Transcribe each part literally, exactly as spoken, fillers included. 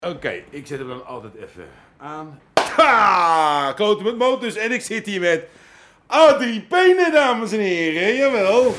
Oké, okay, ik zet hem dan altijd even aan. Ha! Kloten met motors en ik zit hier met Adrie Penen, dames en heren. Jawel.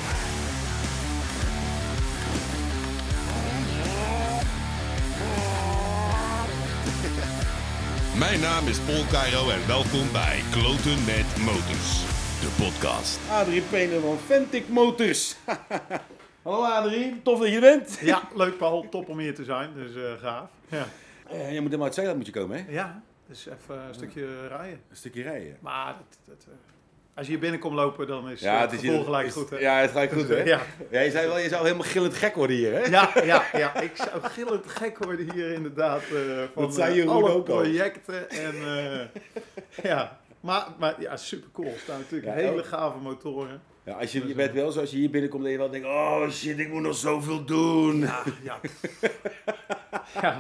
Mijn naam is Paul Cairo en welkom bij Kloten met Motors, de podcast. Adrie Penen van Fentic Motors. Hallo Adrie, tof dat je er bent. Ja, leuk Paul, top om hier te zijn, dus uh, gaaf. Ja. Uh, je moet helemaal uit Zeeland moet je komen, hè? Ja, dus even een stukje rijden. Een stukje rijden. Maar dat, dat, uh, als je hier binnenkomt lopen, dan is ja, het, het gevoel is, gelijk is, goed. Hè? Ja, het is gelijk goed, hè? Ja. Ja, je, zei wel, je zou helemaal gillend gek worden hier, hè? Ja, ja, ja, ik zou gillend gek worden hier inderdaad. Uh, van dat zei je uh, alle ook projecten en uh, ja, maar, maar ja, super cool. Er staan natuurlijk ja, hele gave motoren. Ja, als je, je bent wel zo, als je hier binnenkomt, dat je wel denkt, oh shit, ik moet nog zoveel doen. Ja, ja. ja.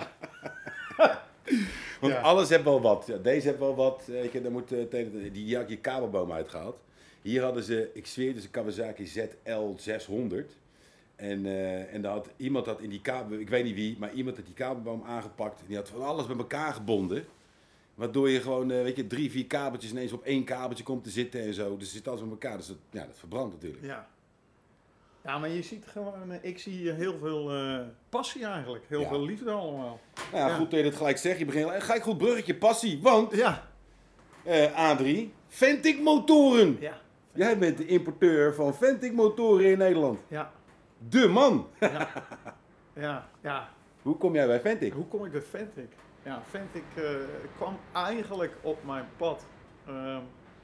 Want ja. alles heeft wel wat. Ja, deze heeft wel wat. Weet je, dan moet, uh, die, die had je kabelboom uitgehaald. Hier hadden ze, ik zweer, dus een Kawasaki Z L zeshonderd. En, uh, en daar had, iemand had in die kabel, ik weet niet wie, maar iemand had die kabelboom aangepakt. En die had van alles met elkaar gebonden. Waardoor je gewoon, uh, weet je, drie, vier kabeltjes ineens op één kabeltje komt te zitten en zo. Dus het zit alles met elkaar. Dus dat, ja, dat verbrandt natuurlijk. Ja. Ja, maar je ziet gewoon, ik zie hier heel veel uh, passie eigenlijk. Heel ja. veel liefde allemaal. Nou ja, ja, goed dat je dat gelijk zegt. Je begint gelijk goed bruggetje, passie. Want, ja. uh, Adrie, Fentic motoren. Ja. Jij bent de importeur van Fentic motoren in Nederland. Ja. De man. Ja. ja, ja. Hoe kom jij bij Fentic? Hoe kom ik bij Fentic? Ja, Fentic uh, kwam eigenlijk op mijn pad. Uh,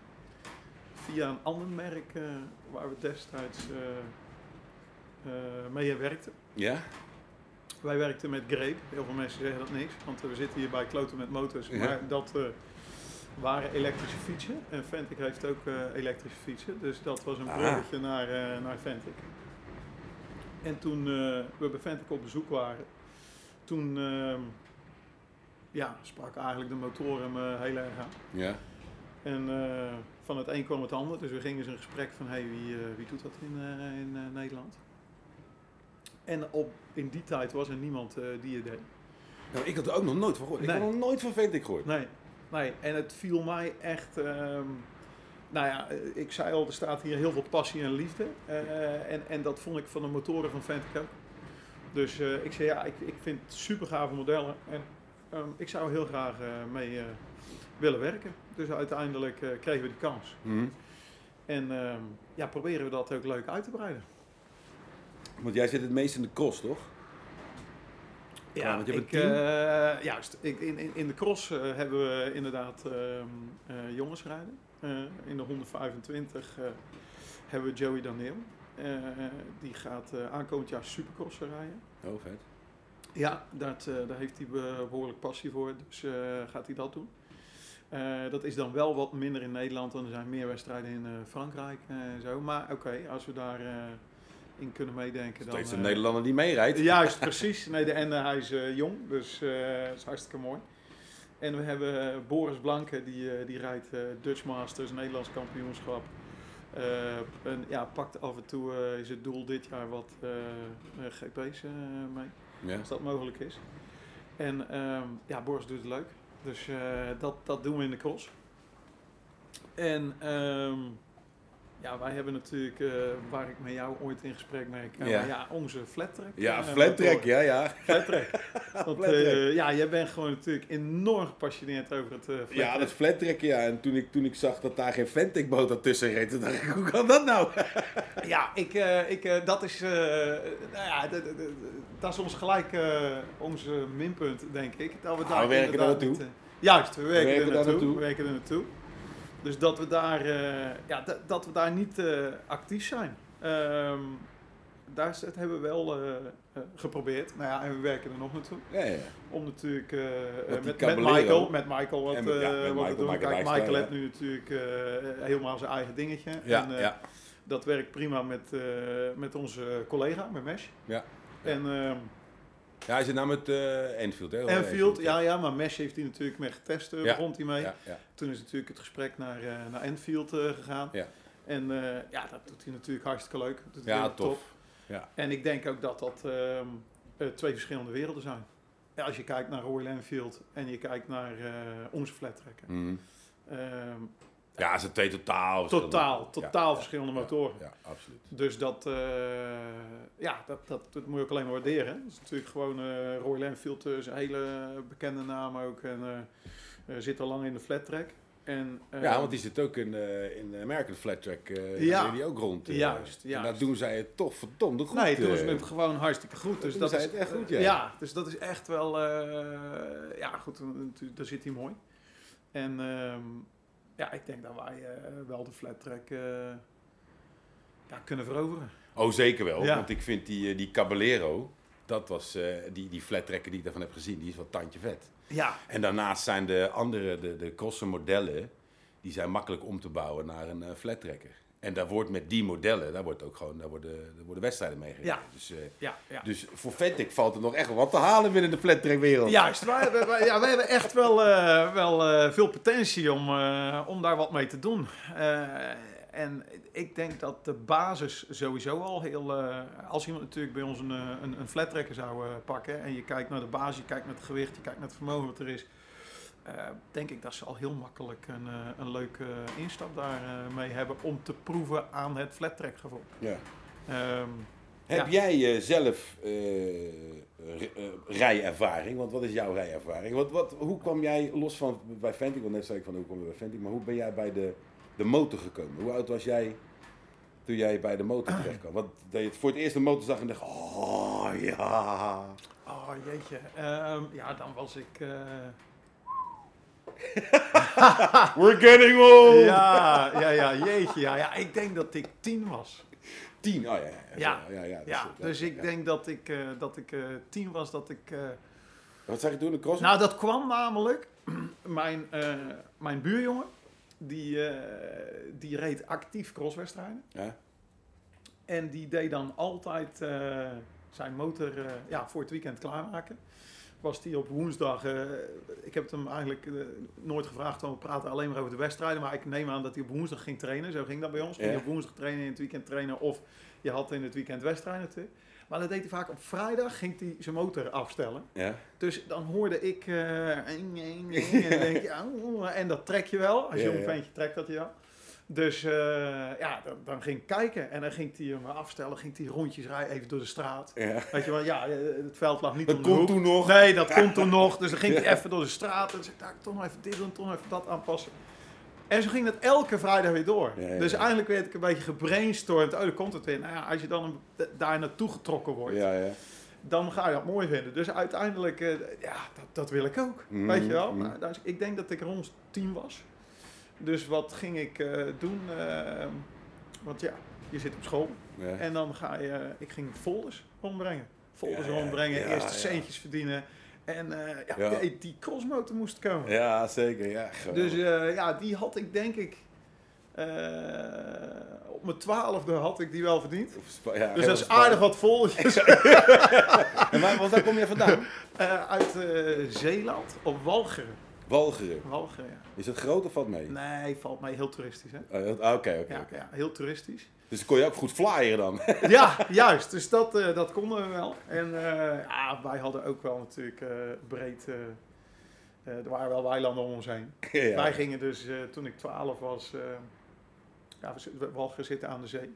via een ander merk uh, waar we destijds uh, uh, mee werkten. Ja? Wij werkten met Grape. Heel veel mensen zeggen dat niks, want we zitten hier bij Kloten met Motors. Ja. Maar dat uh, waren elektrische fietsen. En Fentic heeft ook uh, elektrische fietsen. Dus dat was een bruggetje naar, uh, naar Fentic. En toen uh, we bij Fentic op bezoek waren, toen uh, ja, sprak eigenlijk de motoren me heel erg aan. Ja. En uh, van het een kwam het ander. Dus we gingen eens een gesprek van, hey, wie, uh, wie doet dat in, uh, in uh, Nederland? En op, in die tijd was er niemand uh, die het deed. Nou, ik had er ook nog nooit van gehoord. Nee. Ik had nog nooit van Fentic gehoord. Nee, nee. En het viel mij echt... Um, nou ja, ik zei al, er staat hier heel veel passie en liefde. Uh, en, en dat vond ik van de motoren van Fentic ook. Dus uh, ik zei, ja, ik, ik vind het super gave modellen. En um, ik zou heel graag uh, mee uh, willen werken. Dus uiteindelijk uh, kregen we de kans. Mm-hmm. En um, ja, proberen we dat ook leuk uit te breiden. Want jij zit het meest in de cross, toch? Ja, ja want je hebt ik, een team. Uh, juist. Ik, in, in, in de cross uh, hebben we inderdaad uh, uh, jongens rijden. Uh, in de honderdvijfentwintig uh, hebben we Joey Daniel. Uh, die gaat uh, aankomend jaar Supercross rijden. Oh, vet. Ja, dat, uh, daar heeft hij behoorlijk passie voor. Dus uh, gaat hij dat doen. Uh, dat is dan wel wat minder in Nederland. Dan er zijn meer wedstrijden in uh, Frankrijk uh, en zo. Maar oké, okay, als we daar... Uh, in kunnen meedenken. Dan steeds een uh, Nederlander die meerijdt. Juist, precies. Nee, de, en uh, hij is uh, jong, dus uh, dat is hartstikke mooi. En we hebben uh, Boris Blanke, die, uh, die rijdt uh, Dutch Masters, Nederlands kampioenschap. Uh, en ja, pakt af en toe uh, is het doel dit jaar wat uh, uh, G P's uh, mee, ja. als dat mogelijk is. En um, ja, Boris doet het leuk. Dus uh, dat, dat doen we in de cross. En... Um, Ja, wij hebben natuurlijk, uh, waar ik met jou ooit in gesprek mee kwam, ja. ja, onze flat track. Ja, uh, flat track, ja, ja. Flat track. Want uh, ja, jij bent gewoon natuurlijk enorm gepassioneerd over het uh, flat Ja, track. dat flat track, ja. En toen ik, toen ik zag dat daar geen Fentic motor tussen reed, toen dacht ik, hoe kan dat nou? Ja, ik, uh, ik, uh, dat is, uh, nou ja, d- d- d- dat is ons gelijk uh, onze minpunt, denk ik. Dat we, daar ah, we werken daar naartoe. Niet, uh, juist, we werken, we werken er daar naartoe. naartoe. We werken er naartoe. Dus dat we daar, uh, ja, d- dat we daar niet uh, actief zijn. Um, daar dat hebben we wel uh, uh, geprobeerd. Nou ja, en we werken er nog naartoe. Ja, ja. Om natuurlijk uh, met, met, Caballero. Michael, met Michael wat, en met, ja, uh, met wat Michael, te doen. Michael Kijk, Michael Michael ja. heeft nu natuurlijk uh, helemaal zijn eigen dingetje. Ja, en, uh, ja. dat werkt prima met, uh, met onze collega, met Mesh. Ja. ja. En, uh, ja, hij zit nou met uh, Enfield, hè? Enfield, Enfield, ja, ja, maar Mesh heeft hij natuurlijk mee getest, uh, ja. begon hij mee. Ja, ja. Toen is natuurlijk het gesprek naar, uh, naar Enfield uh, gegaan. Ja. En uh, ja, dat doet hij natuurlijk hartstikke leuk. Dat doet ja, hij tof. top. Ja. En ik denk ook dat dat uh, uh, twee verschillende werelden zijn. ja, als je kijkt naar Royal Enfield en je kijkt naar uh, onze flattrekker. Mm. Um, ja, het zijn twee totaal Totaal, totaal ja, verschillende ja, motoren. Ja, ja, absoluut. Dus dat, uh, ja, dat, dat, dat moet je ook alleen maar waarderen. Dat is natuurlijk gewoon uh, Royal Enfield, is een hele bekende naam ook. En uh, uh, zit al lang in de flat track. En, uh, ja, want die zit ook in, uh, in de American Flat Track. Uh, ja, die ook rond. Uh, juist, juist. En daar doen zij het toch verdomde goed. Nee, doen ze het gewoon hartstikke goed. Dus doen dat zij is het echt goed, ja. Ja, dus dat is echt wel, uh, ja goed, daar zit hij mooi. En um, ja, ik denk dat wij uh, wel de flat track uh, ja, kunnen veroveren. Oh, zeker wel. Ja. Want ik vind die, die Caballero, dat was uh, die, die flat tracker die ik daarvan heb gezien, die is wel tandje vet. Ja. En daarnaast zijn de andere, de, de crosser modellen, die zijn makkelijk om te bouwen naar een uh, flat tracker. En daar wordt met die modellen, daar, wordt ook gewoon, daar, worden, daar worden wedstrijden mee gereden. Ja. Dus, uh, ja, ja. dus voor Fentic valt er nog echt wel wat te halen binnen de flat track wereld. Juist, wij, wij, ja, wij hebben echt wel, uh, wel uh, veel potentie om, uh, om daar wat mee te doen. Uh, en ik denk dat de basis sowieso al heel... Uh, als iemand natuurlijk bij ons een, een, een flat tracker zou uh, pakken en je kijkt naar de basis, je kijkt naar het gewicht, je kijkt naar het vermogen wat er is... Uh, denk ik dat ze al heel makkelijk een, uh, een leuke instap daar uh, mee hebben om te proeven aan het flat track gevoel. Ja. Um, Heb ja. jij uh, zelf uh, r- uh, rijervaring? Want wat is jouw rijervaring? Wat, wat, hoe kwam jij los van bij Fentic? Want net zei ik van hoe kom je bij Fentic, maar hoe ben jij bij de, de motor gekomen? Hoe oud was jij toen jij bij de motor terecht kwam? Want dat je het voor het eerst de motor zag en dacht, oh ja. Oh jeetje, um, ja dan was ik... Uh... We're getting old! Ja, ja, ja, jeetje. Ja, ja, ik denk dat ik tien was. Tien, oh ja. Ja, Ja, ja, ja, ja is, dus ik ja. denk dat ik, uh, dat ik uh, tien was, dat ik... Uh... Wat zeg je toen, een cross? Nou, dat kwam namelijk... mijn, uh, mijn buurjongen, die, uh, die reed actief crosswedstrijden. Ja. En die deed dan altijd uh, zijn motor uh, ja, voor het weekend klaarmaken. Was die op woensdag, uh, ik heb het hem eigenlijk uh, nooit gevraagd, want we praten alleen maar over de wedstrijden. Maar ik neem aan dat hij op woensdag ging trainen, zo ging dat bij ons. Ging Ja. hij op woensdag trainen, in het weekend trainen of je had in het weekend wedstrijden natuurlijk. Maar dat deed hij vaak op vrijdag, ging hij zijn motor afstellen. Ja. Dus dan hoorde ik, uh, en dan denk je, oh, en dat trek je wel, als Ja, jong ja. ventje trekt dat je wel. Dus uh, ja, dan, dan ging ik kijken en dan ging hij hem afstellen, ging hij rondjes rijden even door de straat. Ja. Weet je wel, ja, het veld lag niet Dat om de komt hoek. toen nog. Nee, dat komt toen nog. Dus dan ging hij Ja. even door de straat en dan zei ik, nou, toch nog even dit doen, toch nog even dat aanpassen. En zo ging dat elke vrijdag weer door. Ja, ja, dus ja. eigenlijk werd ik een beetje gebrainstormd. Oh, daar komt het in. Nou ja, als je dan een, daar naartoe getrokken wordt, Ja, ja. dan ga je dat mooi vinden. Dus uiteindelijk, uh, ja, dat, dat wil ik ook. Mm, Weet je wel? mm. Nou, dus ik denk dat ik rond tien was. Dus wat ging ik uh, doen? Uh, want ja, je zit op school. Ja. En dan ga je, ik ging folders rondbrengen. Folders Ja, ja, rondbrengen, ja, eerst ja. centjes verdienen. En uh, ja, Ja. Die, die crossmotor moest komen. Ja, zeker. Ja, Dus uh, ja, die had ik denk ik, uh, op mijn twaalfde had ik die wel verdiend. Ja, Dus dat is aardig wat foldertjes. En waar, want waar kom je vandaan? uh, uit uh, Zeeland, op Walcheren. Walcheren. Walcheren, ja. Is het groot of valt mee? Nee, valt mij heel toeristisch, hè? Oh, Oké, oké. Ja, oké. ja, heel toeristisch. Dus kon je ook goed flyeren dan? Ja, juist. Dus dat, uh, dat konden we wel. En uh, ja, wij hadden ook wel natuurlijk uh, breed... Uh, uh, er waren wel weilanden om ons heen. Ja. Wij gingen dus, uh, toen ik twaalf was... Uh, ja, we Walcheren zitten aan de zee.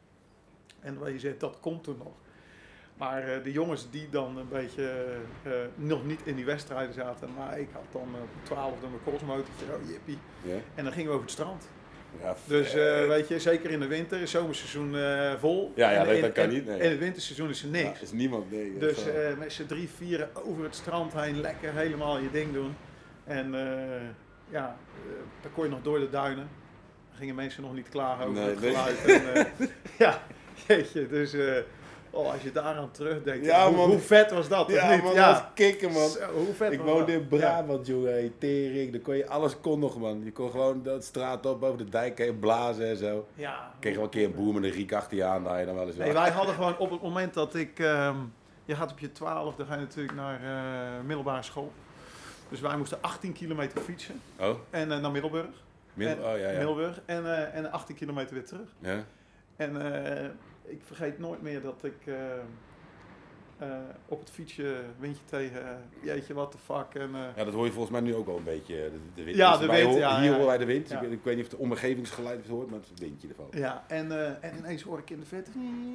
En wat je zegt, dat komt toen nog. Maar uh, de jongens die dan een beetje uh, nog niet in die wedstrijden zaten... Maar ik had dan uh, op mijn twaalfde mijn crossmotortje, oh jippie. Ja. En dan gingen we over het strand. Ja, Dus uh, vet. weet je, zeker in de winter, het zomerseizoen uh, vol. Ja, ja, En dat- in, dat kan en- niet, nee. In het winterseizoen is er niks. Ja, is niemand, nee. dat Dus is wel- uh, met z'n drie, vieren over het strand heen, lekker helemaal je ding doen. En uh, ja, uh, dan kon je nog door de duinen. Dan gingen mensen nog niet klagen over Nee, het nee. geluid. En, uh, ja, jeetje, dus uh, oh, als je daaraan terugdenkt, Ja, hoe, man. hoe vet was dat, of ja, niet? man, dat was kicken, man. Zo, hoe vet Ik was woonde dat? in Brabant, jongen, hey, tering. Dan kon je, alles kon nog, man. Je kon gewoon de straat op, boven de dijk heen blazen en zo. Ja. ja. Kreeg wel een keer een boer met een riek achter je aan, daar je dan wel eens wel. Nee, wij hadden gewoon op het moment dat ik... Um, je gaat op je twaalf, dan ga je natuurlijk naar uh, middelbare school. Dus wij moesten achttien kilometer fietsen. Oh, En uh, naar Middelburg. Middel, en, oh ja, ja. Middelburg. En, uh, en achttien kilometer weer terug. ja. En uh, ik vergeet nooit meer dat ik... Uh, uh, op het fietsje, windje tegen, uh, jeetje, what the fuck. En, uh, ja, dat hoor je volgens mij nu ook wel een beetje, de, de wind. Ja, dus de wij wind, hoor, ja. Hier ja, horen wij de wind. Ja. Ik, ik weet niet of het omgevingsgeluid heeft gehoord, maar het is het windje ervan. Ja, en, uh, en ineens hoor ik in de verte.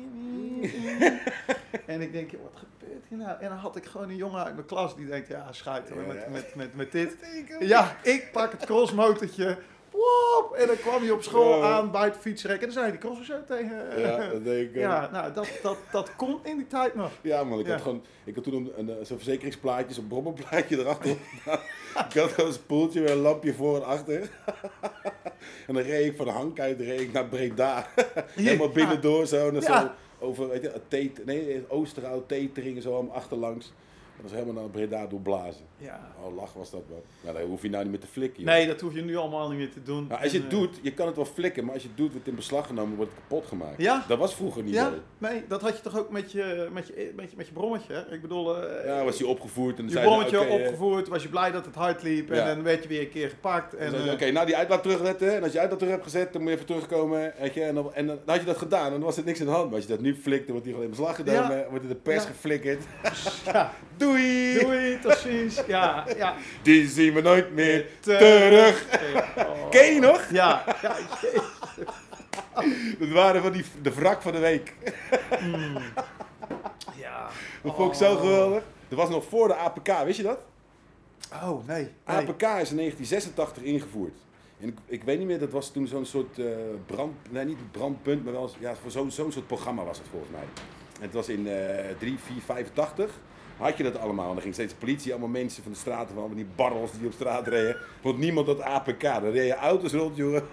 En ik denk, wat gebeurt hier nou? En dan had ik gewoon een jongen uit mijn klas die denkt, ja, schuit hoor, met, met, met, met dit. Ja, ik pak het crossmotortje. Woop, en dan kwam hij op school ja. aan bij het fietsrek en dan zei hij, die crossen zo tegen. Ja, dat denk ik. Ja, nou, dat, dat, dat kon in die tijd nog. Ja man, ik ja. had gewoon, ik had toen een, een, zo'n verzekeringsplaatje, zo'n brommerplaatje erachter. Ik had gewoon een spoeltje met een lampje voor en achter. En dan reed ik van Hankuit reed ik naar Breda. Helemaal binnendoor zo. En dan ja. zo over, weet je, Teet, nee, Oosterhout, Teteringen, zo allemaal achterlangs. Dat was helemaal naar Breda doorblazen. Ja. Oh, lach was dat wel. Nou, daar hoef je nou niet meer te flikken. Joh. Nee, dat hoef je nu allemaal niet meer te doen. Nou, als je en, het doet, je kan het wel flikken, maar als je het doet, wordt het in beslag genomen, wordt het kapot gemaakt. Ja? Dat was vroeger niet ja? zo. Nee, dat had je toch ook met je, met je, met je, met je brommetje, hè? Ik bedoel... Uh, ja, was je opgevoerd en dan je zei brommetje okay, opgevoerd, was je blij dat het hard liep en ja. dan werd je weer een keer gepakt. En, uh, Oké, okay, nou die uitlaat terugzetten en als je uitlaat terug hebt gezet, dan moet je even terugkomen. Weet je, en, dan, en dan had je dat gedaan en dan was er niks in de hand. Maar als je dat nu flikt, dan wordt die gewoon in beslag genomen, ja. wordt er de pers ja. geflikkerd. Ja. Doei! Doei, precies. Ja, ja. Die zien we nooit meer terug. Oh. Ken je nog? Ja. ja dat waren van die, de wrak van de week. Mm. Ja. Dat vond ik zo geweldig. Dat was nog voor de A P K, wist je dat? Oh, nee. nee. A P K is in negentien zesentachtig ingevoerd. En ik, ik weet niet meer, dat was toen zo'n soort uh, brand... Nee, niet brandpunt, maar wel ja, voor zo'n zo'n soort programma was het volgens mij. En het was in uh, drie, vier, vijfentachtig. Had je dat allemaal. En dan ging steeds politie, allemaal mensen van de straten, van die barrels die op straat reden. Want niemand had A P K. Dan reden auto's rond, jongen.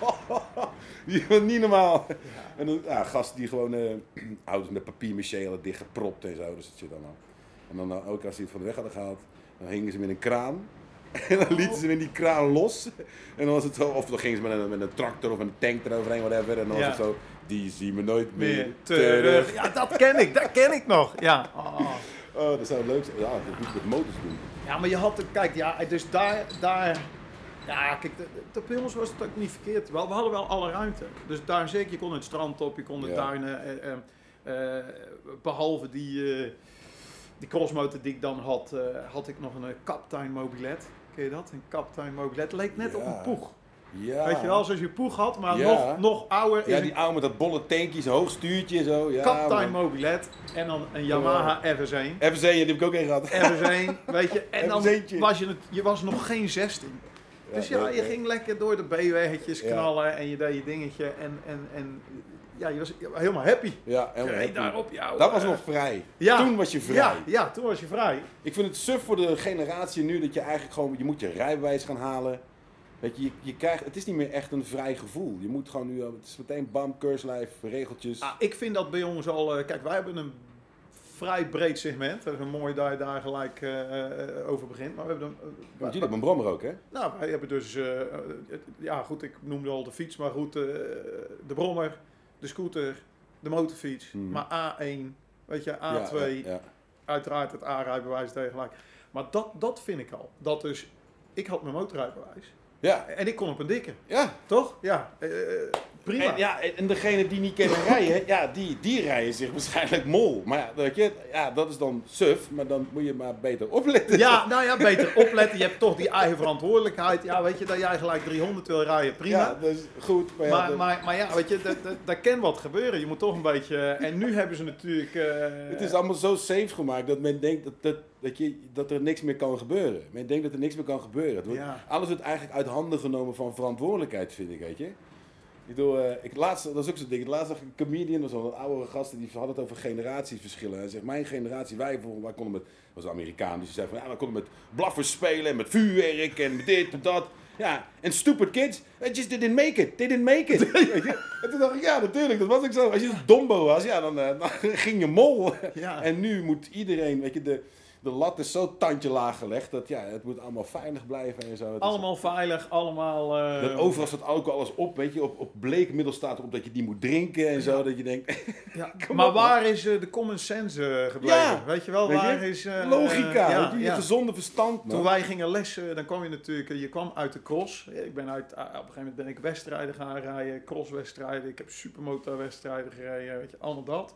Die was niet normaal. Ja. En dan ja, gasten die gewoon uh, auto's met papier-maché hadden dichtgepropt en zo. Dus dat zit allemaal. En dan uh, ook als die het van de weg hadden gehaald, dan hingen ze met een kraan. En dan lieten ze in die kraan los. En dan was het zo, of dan gingen ze met een, met een tractor of een tank eroverheen, whatever. En dan ja. was het zo, die zien we nooit meer, meer terug. terug. Ja, dat ken ik, dat ken ik nog. Ja. Oh. Oh, dat zou leuk zijn. Ja, dat moet je met motors doen. Ja, maar je had het, kijk, ja, dus daar, daar, ja, kijk, de, de, bij ons was het ook niet verkeerd. Wel, we hadden wel alle ruimte. Dus daar zeker, je kon het strand op, je kon de ja. tuinen, eh, eh, eh, behalve die, uh, die crossmotor die ik dan had, uh, had ik nog een uh, Kaptein mobilet. Ken je dat? Een Kaptein mobilet. Leek net ja. op een Poeg. Ja. Weet je wel, zoals je Poeg had, maar ja. nog, nog ouder. Ja, die oude met dat bolle tankje, zo'n hoog stuurtje en zo. Ja, Kaptein mobilet en dan een Yamaha ja. F S één. F S één, die heb ik ook een gehad. F S één, weet je. En dan was je, het, je was nog geen zestien. Dus ja, ja je ging lekker door de B-weggetjes knallen ja. en je deed je dingetje en, en, en ja, je was helemaal happy. Ja, helemaal happy. Daarop jou, dat was nog vrij. Ja. Toen was je vrij. Ja, ja, toen was je vrij. Ik vind het suf voor de generatie nu dat je eigenlijk gewoon, je moet je rijbewijs gaan halen. Weet je, je, je krijgt, het is niet meer echt een vrij gevoel. Je moet gewoon nu, het is meteen bam, keurslijf, regeltjes. Ah, ik vind dat bij ons al, uh, kijk wij hebben een vrij breed segment. Dat is een mooi dat je daar gelijk uh, uh, over begint. Maar we hebben een, uh, Want jullie hebben een brommer ook, hè? Nou, wij hebben dus, uh, uh, ja goed, ik noemde al de fiets, maar goed, uh, de brommer, de scooter, de motorfiets, hmm. maar A één, weet je, A twee, ja, ja, ja. uiteraard het A-rijbewijs tegelijk. Maar dat, dat vind ik al. Dat dus, ik had mijn motorrijbewijs. Ja. En ik kon op een dikke. Ja. Toch? Ja. Uh, prima. En, ja, en degene die niet kennen rijden, ja, die, die rijden zich waarschijnlijk mol. Maar ja, weet je, ja, dat is dan suf, maar dan moet je maar beter opletten. Ja, nou ja, beter opletten. Je hebt toch die eigen verantwoordelijkheid. Ja, weet je, dat jij gelijk driehonderd wil rijden, prima. Ja, dat is goed. Maar ja, maar, dat... maar, maar ja, weet je, dat, dat, dat kan wat gebeuren. Je moet toch een beetje... En nu hebben ze natuurlijk... Uh... Het is allemaal zo safe gemaakt dat men denkt dat, dat, dat, je, dat er niks meer kan gebeuren. Men denkt dat er niks meer kan gebeuren. Het wordt, ja. Alles wordt eigenlijk uit handen genomen van verantwoordelijkheid, vind ik, weet je. Ik bedoel, uh, ik laatst, dat is ook zo'n ding. Laatst zag ik een comedian, dat was al een oudere gast, die had het over generatieverschillen. Hij zegt, mijn generatie, wij, wij konden met, dat was een Amerikaan, dus die zei van, ja, wij konden met blaffers spelen en met vuurwerk en met dit en dat. Ja, en stupid kids, they just didn't make it, they didn't make it. Weet je? En toen dacht ik, ja, natuurlijk, dat was ook zo. Als je dus dombo was, ja, dan, uh, dan ging je mol. Ja. En nu moet iedereen, weet je, de... De lat is zo tandje laag gelegd dat ja, het moet allemaal veilig blijven en zo. Het allemaal is, veilig, allemaal... Uh... Dat overal staat alcohol alles op, weet je. Op, op bleekmiddel staat erop dat je die moet drinken en ja. zo. Dat je denkt... Ja. maar op, waar man. is uh, de common sense uh, gebleven? Ja. Weet je wel, weet waar je? is... Uh, Logica, uh, weet je, je ja. gezonde verstand. Man. Toen wij gingen lessen, dan kwam je natuurlijk... Je kwam uit de cross. Ik ben uit, uh, op een gegeven moment ben ik wedstrijden gaan rijden. Crosswedstrijden. Ik heb supermotorwedstrijden gereden. Weet je, allemaal dat.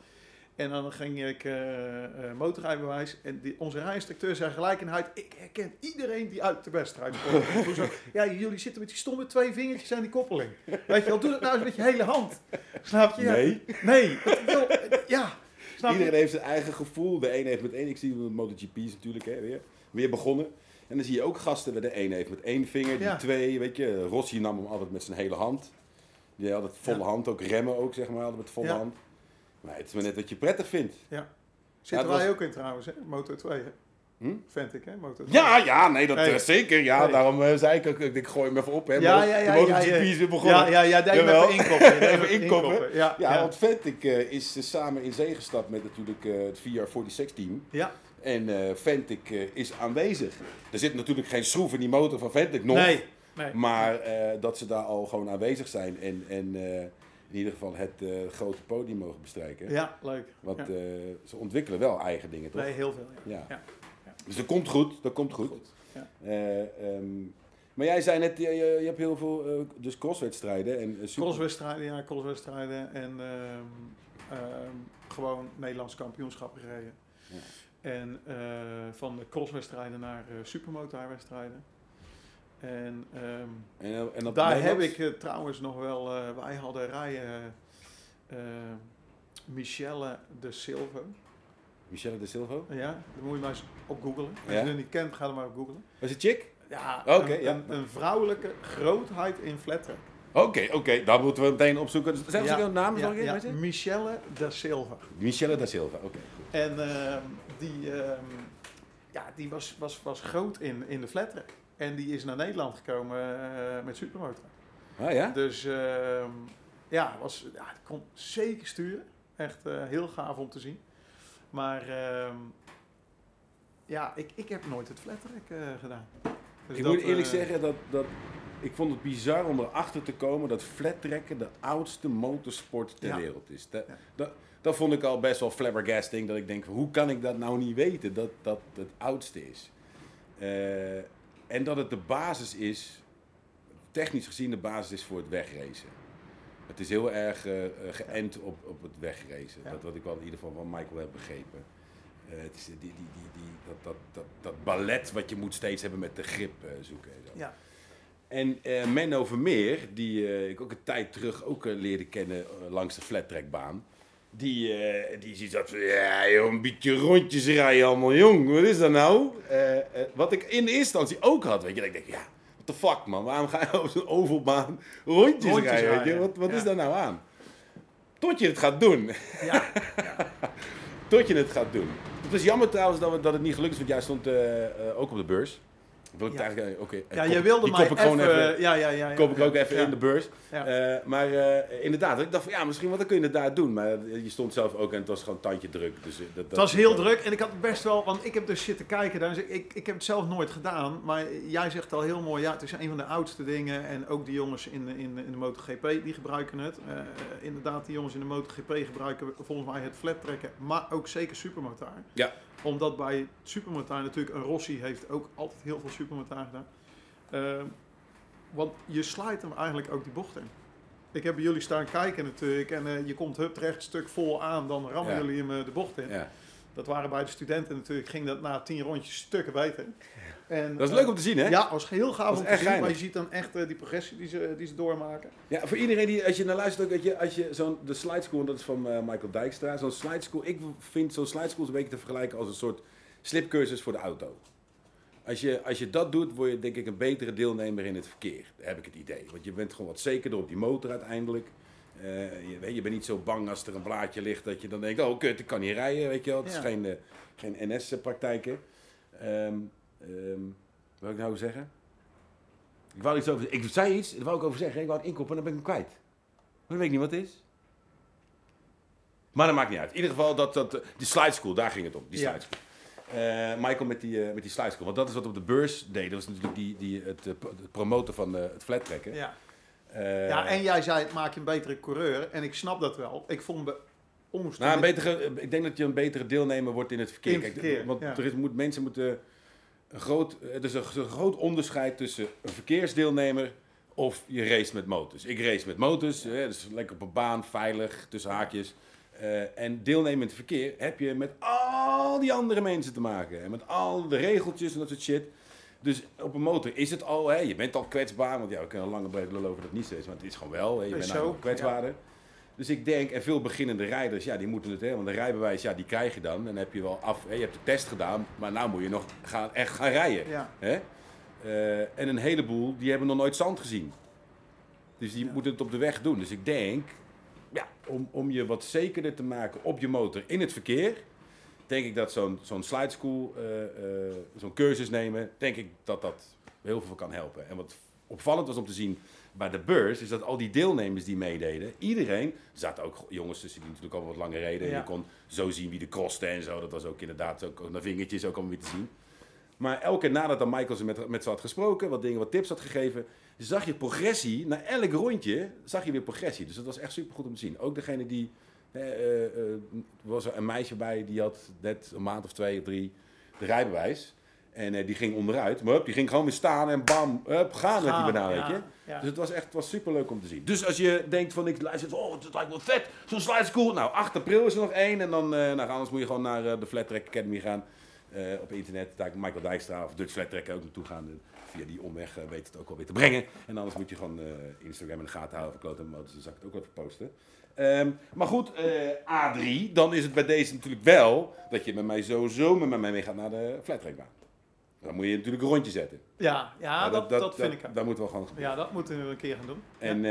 En dan ging ik uh, uh, motorrijbewijs. En die, onze rijinstructeur zei gelijk in huid, ik herken iedereen die uit de wedstrijd komt. Zo, ja, jullie zitten met die stomme twee vingertjes aan die koppeling. Weet je wel, doe dat nou eens met je hele hand. Snap je? Nee. Nee. Wil, ja. Snap Iedereen je? heeft zijn eigen gevoel. De een heeft met één, ik zie met MotoGP's natuurlijk hè, weer, weer begonnen. En dan zie je ook gasten waar de een heeft met één vinger, die Ja. twee, weet je. Rossi nam hem altijd met zijn hele hand. Die had het volle Ja. hand, ook remmen ook zeg maar, altijd met volle Ja. hand. Maar het is maar net wat je prettig vindt. Ja. Zitten Ja, het wij was- ook in trouwens, hè? Moto twee, hè? Hm? Vent ik, hè? Moto twee. Ja, ja, nee, dat Hey. eh, zeker. Ja, Hey. daarom eh, zei ik ook, ik, ik gooi hem even op. Hè. Ja, Mo- ja, ja, de MotoGP ja, ja. is weer begonnen. Ja, ja, ja, denk Jawel. even inkoppen. Even inkoppen. Ja, Ja, ja. want Ventic uh, is uh, samen in zee gestapt met natuurlijk uh, het V R vierenzestig team. Ja. En uh, Ventic uh, is aanwezig. Er zit natuurlijk geen schroef in die motor van Ventic nog. Nee. nee. Maar uh, dat ze daar al gewoon aanwezig zijn en, en uh, in ieder geval het uh, grote podium mogen bestrijken. Ja, leuk. Want ja. uh, ze ontwikkelen wel eigen dingen, toch? Nee, heel veel. Ja. Ja. Ja. Dus dat komt goed, dat komt goed. Goed. Ja. Uh, um, maar jij zei net, je, je, je hebt heel veel uh, dus crosswedstrijden en uh, super... Crosswedstrijden, ja, crosswedstrijden en um, um, gewoon Nederlands kampioenschap gereden. Ja. En uh, van de crosswedstrijden naar uh, supermotorwedstrijden. En, um, En, en op daar Nederlands? heb ik uh, trouwens nog wel, uh, wij hadden rijden uh, Michele de Silva. Michele de Silvo? Ja, daar moet je maar eens op googlen. Als Ja? je het niet kent, ga er maar op googlen. Was het chick? Ja, Oké, een, ja. een, een vrouwelijke grootheid in flattrack. Oké, okay, oké, okay. daar moeten we meteen opzoeken. Zeg eens Ja, een naam, ja, nog een ja, keer? Michele da Silva. Michele da Silva, oké. Okay, En uh, die, uh, ja, die was, was, was groot in, in de flattrack. En die is naar Nederland gekomen uh, met supermotor. Ah ja? Dus uh, ja, was, ja, die kon zeker sturen. Echt uh, heel gaaf om te zien. Maar uh, ja, ik, ik heb nooit het flattrack uh, gedaan. Dus ik dat, moet eerlijk uh, zeggen dat, dat ik vond het bizar om erachter te komen dat flattrekken de oudste motorsport ter Ja. wereld is. Dat, Ja. dat, dat vond ik al best wel flabbergasting. Dat ik denk, hoe kan ik dat nou niet weten dat dat het oudste is? Uh, en dat het de basis is, technisch gezien de basis is voor het wegracen. Het is heel erg uh, geënt op, op het wegracen. Ja. Dat wat ik wel in ieder geval van Michael heb begrepen. Uh, het is die, die, die, die, dat, dat, dat, dat ballet wat je moet steeds hebben met de grip uh, zoeken. En, zo. Ja. en uh, Menno Vermeer, die uh, ik ook een tijd terug ook uh, leerde kennen uh, langs de flattrackbaan. Die, uh, die ziet dat van, ja joh, een beetje rondjes rijden allemaal, jong. Wat is dat nou? Uh, uh, wat ik in de eerste instantie ook had, weet je. Dat ik denk, ja, what the fuck man, waarom ga je op zo'n ovalbaan rondjes, Rondjes rijden, weet je? rijden. Wat, wat Ja. is daar nou aan? Tot je het gaat doen. Ja. Tot je het gaat doen. Het is jammer trouwens dat, we, dat het niet gelukt is, want jij stond uh, uh, ook op de beurs. Wil ik Ja. eigenlijk, oké. Okay, Ja, kop- je wilde die mij kop ik gewoon even... even ja, ja, ja, ja, koop ik ja, ook even ja. in de beurs. Ja. Uh, maar uh, inderdaad, ik dacht van ja, misschien wat dan kun je inderdaad doen. Maar je stond zelf ook en het was gewoon tandje druk. Dus, dat, dat, Het was heel druk en ik had best wel, want ik heb dus zitten kijken. Dus ik, ik, ik heb het zelf nooit gedaan, maar jij zegt al heel mooi, ja, het is een van de oudste dingen. En ook die jongens in, de- in, de- in de MotoGP, die gebruiken het. Uh, inderdaad, die jongens in de MotoGP gebruiken volgens mij het flat trekken, maar ook zeker supermotaar. Ja. Omdat bij supermotaar natuurlijk, een Rossi heeft ook altijd heel veel supermotaar gedaan. Uh, want je slijt hem eigenlijk ook die bocht in. Ik heb bij jullie staan kijken natuurlijk en uh, je komt hup recht stuk vol aan, dan rammen Ja. jullie hem uh, de bocht in. Ja. Dat waren bij de studenten natuurlijk, ging dat na tien rondjes stukken beter. En, Dat is uh, leuk om te zien, hè? Ja, was heel gaaf Dat is om te echt zien, geinig. maar je ziet dan echt uh, die progressie die ze, die ze doormaken. Ja, voor iedereen die, als je naar luistert, ook, dat je, als je zo'n, de slide school, dat is van uh, Michael Dijkstra, zo'n slide school, ik vind zo'n slide school een beetje te vergelijken als een soort slipcursus voor de auto. Als je, als je dat doet, word je denk ik een betere deelnemer in het verkeer, heb ik het idee. Want je bent gewoon wat zekerder op die motor uiteindelijk. Uh, je, je bent niet zo bang als er een blaadje ligt dat je dan denkt, oh kut, ik kan niet rijden, weet je wel. Het Ja. is geen, uh, geen N S-praktijken. Um, um, wat wil ik nou zeggen? Ik wou iets over, ik zei iets, daar wou ik over zeggen, ik wou het inkoppen en dan ben ik hem kwijt. Maar dan weet ik niet wat het is. Maar dat maakt niet uit. In ieder geval, dat, dat, die slide school, daar ging het om. Die Ja. slide school. Uh, Michael met die, uh, met die slide school. Want dat is wat we op de beurs deden. Dat was natuurlijk die, die, het, uh, het promoten van uh, het flat trekken. Ja. Uh, ja, en jij zei het maakt je een betere coureur en ik snap dat wel. Ik vond me onstuimig. nou, een betere, ik denk dat je een betere deelnemer wordt in het verkeer. In het verkeer, Kijk, want ja. er is, moet, mensen moeten een groot, er is een, een groot onderscheid tussen een verkeersdeelnemer of je race met motors. Ik race met motors, hè, dus lekker op een baan, veilig, tussen haakjes. Uh, en deelnemend verkeer heb je met al die andere mensen te maken. En met al de regeltjes en dat soort shit. Dus op een motor is het al, hè, je bent al kwetsbaar. Want ja, we kunnen lang breed lullen over dat niet zo is. Maar het is gewoon wel, hè, je bent nou kwetsbaarder. Ja. Dus ik denk, en veel beginnende rijders, ja, die moeten het, hè, want een rijbewijs, ja, die krijg je dan. En dan heb je wel af, hè, je hebt de test gedaan, maar nou moet je nog gaan, echt gaan rijden. Ja. Hè? Uh, en een heleboel, die hebben nog nooit zand gezien. Dus die ja. moeten het op de weg doen. Dus ik denk, ja, om, om je wat zekerder te maken op je motor in het verkeer, denk ik dat zo'n, zo'n slide school, uh, uh, zo'n cursus nemen, denk ik dat dat heel veel kan helpen. En wat opvallend was om te zien bij de beurs, is dat al die deelnemers die meededen, iedereen, er zaten ook jongens tussen die natuurlijk al wat langer reden. Ja. Je kon zo zien wie de kosten en zo, dat was ook inderdaad ook naar vingertjes ook allemaal weer te zien. Maar elke keer nadat dan Michael ze met, met ze had gesproken, wat dingen, wat tips had gegeven, zag je progressie. Na elk rondje zag je weer progressie. Dus dat was echt super goed om te zien. Ook degene die, eh, uh, uh, er was er een meisje bij, die had net een maand of twee of drie de rijbewijs. En uh, die ging onderuit, maar hup, die ging gewoon weer staan en bam, hup, gaan met die banaan, weet je. Ja, ja. Dus het was echt was super leuk om te zien. Dus als je denkt van, ik luister, oh, het lijkt wel vet, zo'n slide school. Nou, acht april is er nog één en dan, uh, nou, anders moet je gewoon naar uh, de Flat Track Academy gaan. Uh, op internet, daar Michael Dijkstra of Dutch Flat Track ook naartoe gaan. Uh, via die omweg uh, weet het ook wel weer te brengen. En anders moet je gewoon uh, Instagram in de gaten houden voor Kloten Motors, dan zal ik het ook wel even posten. Um, maar goed, uh, A drie, dan is het bij deze natuurlijk wel dat je met mij sowieso met mij mee gaat naar de Flat Track baan. Dan moet je natuurlijk een rondje zetten. Ja, ja dat, dat, dat, dat vind dat, ik ook. Dat moeten we gewoon gebeuren. Ja, dat moeten we een keer gaan doen. En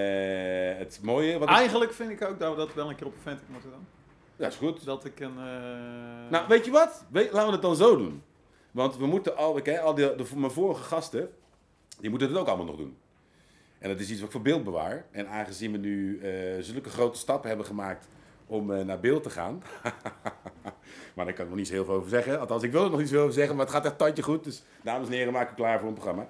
ja. uh, het mooie... Wat Eigenlijk ik... vind ik ook dat we dat wel een keer op een Fentic moeten doen. Ja, is goed. Dat ik een... Uh... Nou, weet je wat? We, laten we het dan zo doen. Want we moeten al... Kijk, al die, de, mijn vorige gasten, die moeten het ook allemaal nog doen. En dat is iets wat ik voor beeld bewaar. En aangezien we nu uh, zulke grote stappen hebben gemaakt om uh, naar beeld te gaan... maar daar kan ik nog niet zo heel veel over zeggen. Althans, ik wil er nog niet zo over zeggen, maar het gaat echt tandje goed. Dus dames en heren, maak ik klaar voor een programma.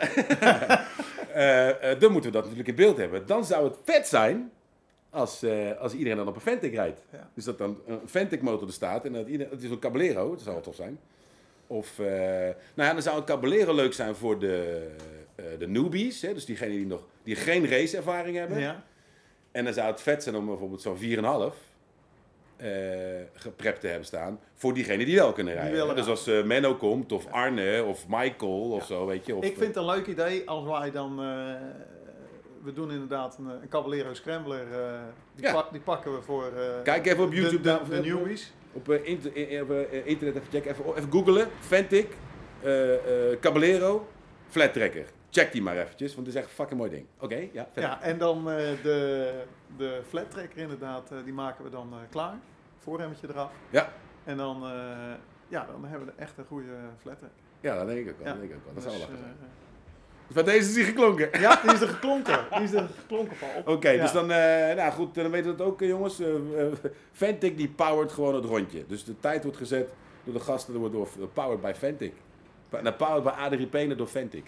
uh, uh, dan moeten we dat natuurlijk in beeld hebben. Dan zou het vet zijn... Als, uh, als iedereen dan op een Fentic rijdt. Ja. Dus dat dan een Fentic motor er staat en dat iedereen, het is een Caballero, dat zou wel tof zijn. Of, uh, nou ja, dan zou een Caballero leuk zijn voor de, uh, de newbies, hè, dus diegenen die nog die geen raceervaring hebben. Ja. En dan zou het vet zijn om bijvoorbeeld zo'n vier komma vijf uh, geprept te hebben staan voor diegenen die wel kunnen rijden. Willen, dus als uh, Menno komt, of Arne, of Michael, of ja. zo, weet je. Of, Ik vind het een leuk idee als wij dan... Uh, We doen inderdaad een, een Caballero Scrambler, uh, die, ja. pak, die pakken we voor uh, Kijk even op YouTube de, de, de newbies. Op uh, inter, in, uh, internet even checken, even, even googlen, Fentic, uh, uh, Caballero, Flat Tracker. Check die maar eventjes, want het is echt een fucking mooi ding. Oké, okay, ja. Ja, en dan uh, de, de Flat Tracker inderdaad, uh, die maken we dan uh, klaar. Voorremmetje eraf. Ja. En dan, uh, ja, dan hebben we echt een goede Flat Tracker. Ja, dat denk ik ook wel. Ja. Dat, denk ik ook wel. Dat dus, zou wel lachen zijn. Uh, Dus bij deze is die geklonken. Ja, die is er geklonken. Die is er geklonken, Paul. Oké, okay, ja. Dus dan, uh, nou goed, dan weten we het ook, jongens. Uh, uh, Fentic die powert gewoon het rondje. Dus de tijd wordt gezet door de gasten, door, door powered by Fentic. Nou, powered by Adrie Penen door Fentic.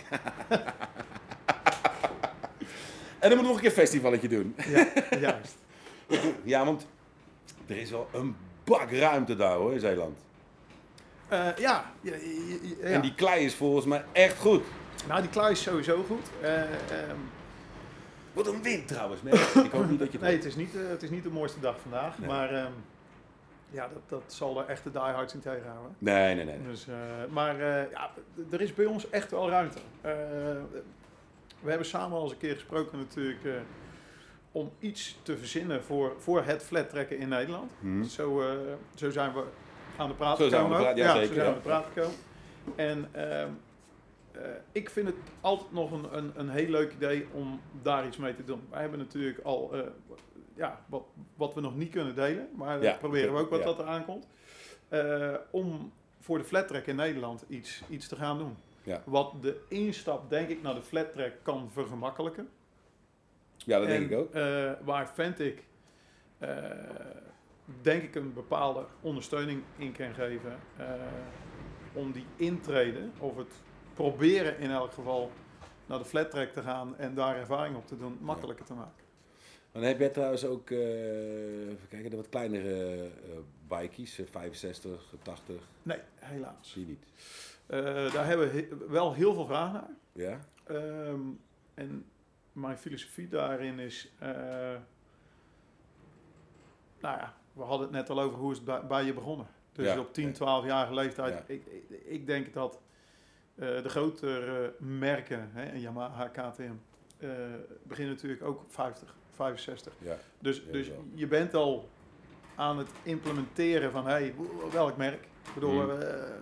En dan moeten we nog een keer een festivalletje doen. Ja, juist. Ja, want er is wel een bak ruimte daar hoor, in Zeeland. Uh, ja, ja, ja, ja. En die klei is volgens mij echt goed. Nou, die klei is sowieso goed. Uh, um... Wat een wind trouwens. Nee, ik hoop niet dat je het Nee, het is niet, uh, het is niet de mooiste dag vandaag. Nee. Maar um, ja, dat, dat zal de echte diehards niet tegenhouden. Nee, nee, nee. nee. Dus, uh, maar uh, ja, er is bij ons echt wel ruimte. Uh, we hebben samen al eens een keer gesproken natuurlijk... Uh, om iets te verzinnen voor, voor het flat trekken in Nederland. Hmm. Zo, uh, zo zijn we aan de praat zo gekomen. Zijn we ja, ja, zeker, zo zijn ja. we aan de praat gekomen. En uh, uh, ik vind het altijd nog een, een, een heel leuk idee om daar iets mee te doen. Wij hebben natuurlijk al uh, ja, wat, wat we nog niet kunnen delen, maar ja, proberen we ook wat ja. dat er aankomt. Uh, om voor de flat track in Nederland iets, iets te gaan doen. Ja. Wat de instap, denk ik, naar de flat track kan vergemakkelijken. Ja, dat en, denk ik ook. Uh, waar Fentic, uh, denk ik, een bepaalde ondersteuning in kan geven uh, om die intrede, of het proberen in elk geval naar de flat track te gaan en daar ervaring op te doen, makkelijker ja. te maken. Dan heb jij trouwens ook, uh, even kijken, de wat kleinere uh, bikeys, vijfenzestig, tachtig? Nee, helaas. Die niet. Uh, daar hebben we he- wel heel veel vraag naar. Ja? Um, en mijn filosofie daarin is, uh, nou ja, we hadden het net al over hoe is het bij, bij je begonnen. Dus Ja. op tien, twaalf-jarige leeftijd. Ja. Ik, ik, ik denk dat uh, de grotere merken, hè, Yamaha, K T M, uh, beginnen natuurlijk ook vijftig, vijfenzestig. Ja. Dus, Ja, dus wel. je bent al aan het implementeren van, hey, welk merk? Ik bedoel, Mm. uh,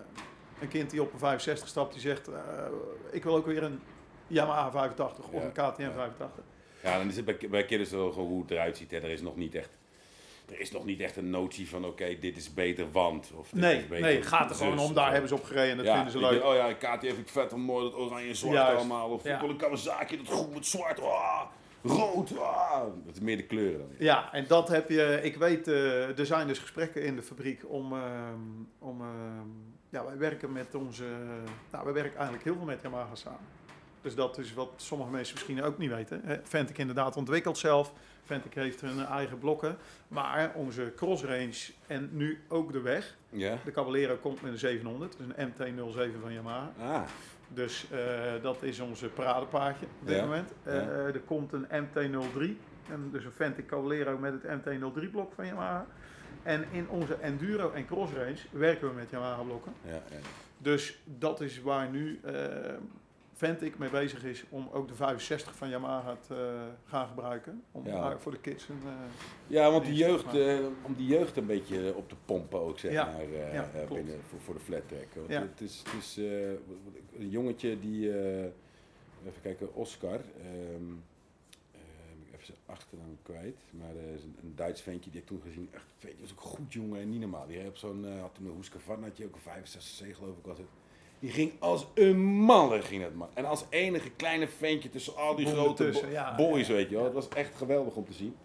een kind die op een vijfenzestig stapt, die zegt, uh, ik wil ook weer een Yamaha vijfentachtig of Ja. een K T M Ja. vijfentachtig. Ja, dan is het bij, bij kinderen wel gewoon hoe het eruit ziet. Hè. Er is nog niet echt, er is nog niet echt een notie van, oké, okay, dit is beter, want. Of dit Nee, is beter, nee, het gaat er zus, gewoon om, of daar zo. hebben ze op gereden, dat ja, vinden ze ik leuk. denk, oh ja, K T M vind ik vet, mooi, dat oranje en zwart Juist. allemaal. Of Ja. ik wil een Kawasaki, dat groen met zwart, ah, rood. Ah. Dat is meer de kleuren dan. Ja, en dat heb je, ik weet, uh, er zijn dus gesprekken in de fabriek om, uh, om uh, ja, wij werken met onze, nou, wij werken eigenlijk heel veel met Yamaha samen. Dus dat is wat sommige mensen misschien ook niet weten. Fentic inderdaad ontwikkelt zelf. Fentic heeft hun eigen blokken. Maar onze crossrange en nu ook de weg. Ja? De Caballero komt met een zevenhonderd. Dus een M T nul zeven van Yamaha. Ah, Dus uh, dat is onze paradepaardje op dit Ja. moment. Uh, Ja. Er komt een M T nul drie. En dus een Fentic Caballero met het M T nul drie blok van Yamaha. En in onze enduro en crossrange werken we met Yamaha blokken. ja, ja. Dus dat is waar nu uh, Fentic mee bezig is om ook de vijfenzestig van Yamaha te uh, gaan gebruiken. Om Ja. daar voor de kids een... Uh, Ja, want die die jeugd, uh, om die jeugd een beetje op te pompen ook, zeg Ja. maar, uh, Ja, uh, klopt. binnen, voor, voor de flat track. Want Ja. het is, het is uh, een jongetje die, uh, even kijken, Oscar, um, uh, ik even zijn achternaam kwijt, maar uh, is een, een Duits ventje die ik toen gezien, echt, weet je, was ook goed jongen en niet normaal. Die had zo'n, uh, had toen een Husqvarnaatje, ook een vijfenzestig C geloof ik was het. Die ging als een maller, ging het man. En als enige kleine ventje tussen al die grote Ondertussen, bo- ja, boys, ja. weet je wel. Het was echt geweldig om te zien.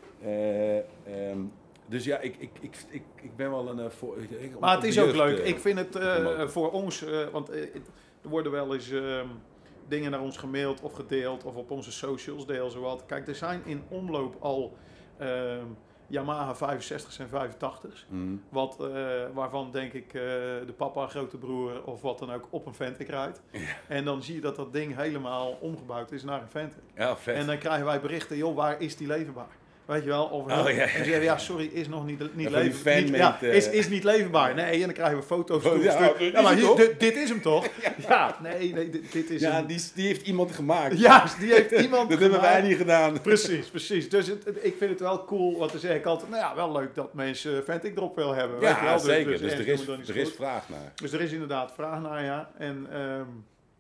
Uh, um, dus ja, ik, ik, ik, ik, ik ben wel een... Uh, voor, ik, maar het is ook jeugd, leuk. Uh, ik vind het uh, voor ons, uh, want uh, er worden wel eens uh, dingen naar ons gemaild of gedeeld of op onze socials deel zowat. Kijk, er zijn in omloop al uh, Yamaha vijfenzestig's en vijfentachtig's. Mm. Wat, uh, waarvan denk ik uh, de papa, grote broer of wat dan ook op een Fentic rijdt. Ja. En dan zie je dat dat ding helemaal omgebouwd is naar een Fentic. Ja, vet. En dan krijgen wij berichten, joh, waar is die leverbaar? Weet je wel? Of, Oh, ja, ja. En ze zeggen, ja, sorry, is nog niet, niet Ja, leverbaar. fan Ja, meent, uh, is, is niet leverbaar. Nee, en dan krijgen we foto's Oh, toegestuurd. ja, dit Ja, is maar hem hier, toch? dit, dit is hem toch? Ja, ja nee, nee, dit, dit is ja, hem. die, die heeft iemand gemaakt. Juist, die heeft iemand Dat hebben wij gemaakt. niet gedaan. Precies, precies. Dus het, het- ik vind het wel cool, want dan zeg ik altijd, nou ja, wel leuk dat mensen Fentic erop willen hebben. Weet je Ja, wel? zeker. Dus, ergens er, doen is, we dan iets er is goed. vraag naar. Dus er is inderdaad vraag naar, ja. En ehm,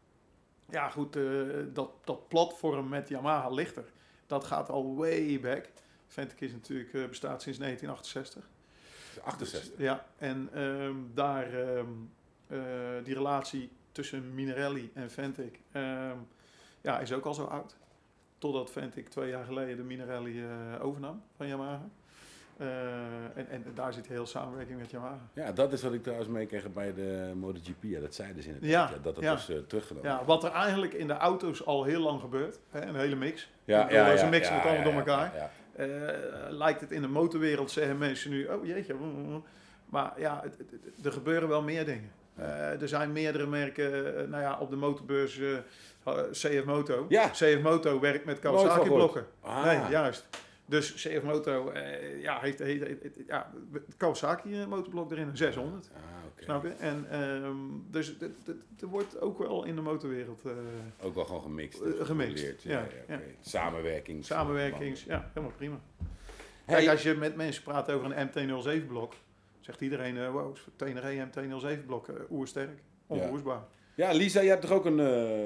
ja, goed, uh, dat, dat platform met Yamaha ligt er. Dat gaat al way back. Fentic is natuurlijk, uh, bestaat sinds negentien achtenzestig. achtenzestig. Ja, en um, daar, um, uh, die relatie tussen Minarelli en Fentic um, ja, is ook al zo oud. Totdat Fentic twee jaar geleden de Minarelli uh, overnam van Yamaha. Uh, en, en daar zit heel samenwerking met Yamaha. Ja, dat is wat ik trouwens meekreeg bij de MotoGP. Ja, dat zeiden ze inderdaad. Ja, Ja, dat dat ja. was uh, teruggenomen. Ja, wat er eigenlijk in de auto's al heel lang gebeurt. Hè, een hele mix. Ja, Ik bedoel, ja, ze ja, mixen ja, het allemaal ja, door elkaar. ja, ja. Uh, lijkt het in de motorwereld, zeggen mensen nu, oh jeetje. Maar ja, het, het, het, er gebeuren wel meer dingen. Uh, er zijn meerdere merken, uh, nou ja, op de motorbeurs uh, C F Moto. Ja. C F Moto werkt met Nooit van Kawasaki gehoord. blokken. Ah. Nee, juist. Dus C F Moto uh, ja, heeft, heeft, heeft, heeft ja, Kawasaki uh, motorblok erin, een zeshonderd. Ah, oké. Snap je? En um, dus het, het, het, er wordt ook wel in de motorwereld uh, Ook wel gewoon gemixt. Uh, gemixt, geleerd. ja, Ja, ja, oké. Samenwerking. samenwerkings, ja, helemaal prima. Hey. Kijk, als je met mensen praat over een M T nul zeven blok, zegt iedereen, uh, wow, Tenere M T nul zeven blok, uh, oersterk, onverwoestbaar. Ja, Lisa, je hebt toch ook een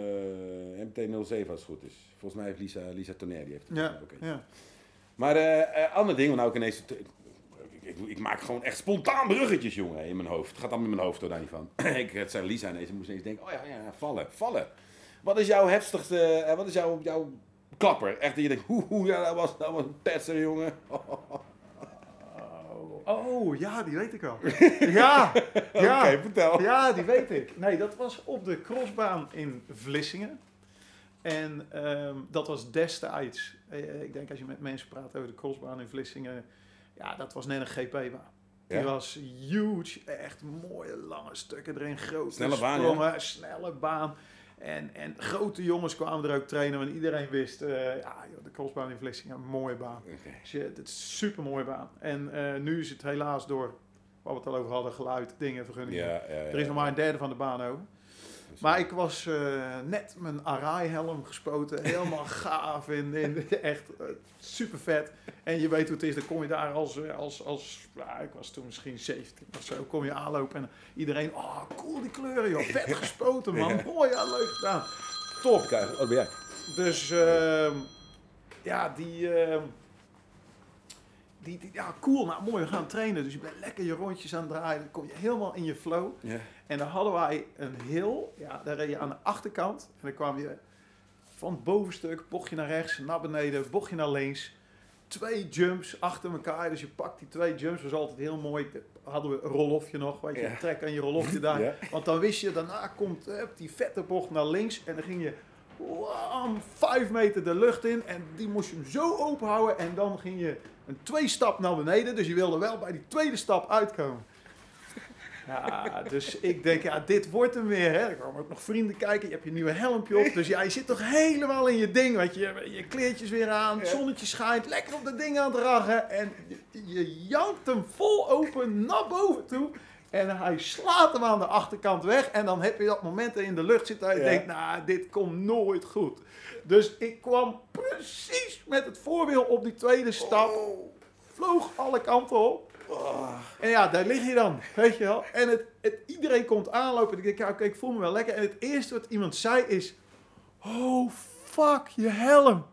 uh, M T nul zeven als het goed is? Volgens mij heeft Lisa, Lisa Tonner, die heeft het. Ja, Okay. ja. Maar uh, uh, ander ding, want nou ik inees... Ik, ik, ik maak gewoon echt spontaan bruggetjes, jongen, in mijn hoofd. Het gaat allemaal in mijn hoofd, door daar niet van. ik, het zei Lisa ineens, en moest ineens denken, oh ja, ja, vallen, vallen. Wat is jouw heftigste, uh, wat is jouw, jouw klapper? Echt dat je denkt, hoe, hoe, ja, dat was, dat was een tetser, jongen. Oh, ja, die weet ik wel. Ja, ja. Oké, vertel. Ja, die weet ik. Nee, dat was op de crossbaan in Vlissingen. En um, dat was destijds, eh, ik denk als je met mensen praat over de crossbaan in Vlissingen, ja, dat was net een G P-baan. Die Ja? was huge, echt mooie lange stukken erin, grote Snelle baan, sprongen, snelle baan. En, en grote jongens kwamen er ook trainen, want iedereen wist, uh, ja, joh, de crossbaan in Vlissingen, een mooie baan. Okay. Shit, het is een super mooie baan. En uh, nu is het helaas door, waar we het al over hadden, geluid, dingen, vergunningen. Ja, ja, ja, er is nog maar een derde van de baan over. Maar ik was uh, net mijn Arai-helm gespoten, helemaal gaaf en, en echt uh, super vet. En je weet hoe het is, dan kom je daar als, als, als ja, ik was toen misschien zeventien of zo, kom je aanlopen en iedereen, oh cool die kleuren joh, vet gespoten man, mooi, ja, leuk gedaan. Top. Kijk, oh, ben jij? Dus uh, ja, die, uh, die, die, ja cool, nou mooi, we gaan trainen. Dus je bent lekker je rondjes aan het draaien, dan kom je helemaal in je flow. Ja. En dan hadden wij een hill, ja, daar reed je aan de achterkant. En dan kwam je van het bovenstuk, bocht je naar rechts, naar beneden, bocht je naar links. Twee jumps achter elkaar, dus je pakt die twee jumps, was altijd heel mooi. Dan hadden we een rolofje nog, weet je, ja. Trek aan je rolofje daar. Ja. Want dan wist je, daarna komt uh, die vette bocht naar links en dan ging je wam, vijf meter de lucht in. En die moest je hem zo open houden en dan ging je een twee stap naar beneden. Dus je wilde wel bij die tweede stap uitkomen. Ja, dus ik denk, ja, dit wordt hem weer. Hè. Er kwamen ook nog vrienden kijken, je hebt je nieuwe helmpje op. Dus ja, je zit toch helemaal in je ding, weet je. Je kleertjes weer aan, het zonnetje schijnt, lekker op de ding aan het rachen. En je, je jankt hem vol open naar boven toe. En hij slaat hem aan de achterkant weg. En dan heb je dat moment in de lucht zitten en je ja. denkt, nou, dit komt nooit goed. Dus ik kwam precies met het voorwiel op die tweede stap. Oh. Vloog alle kanten op. Oh. En ja, daar lig je dan, weet je wel. En het, het, iedereen komt aanlopen. En ik denk, ja, oké, ik voel me wel lekker. En het eerste wat iemand zei is, oh, fuck, je helm.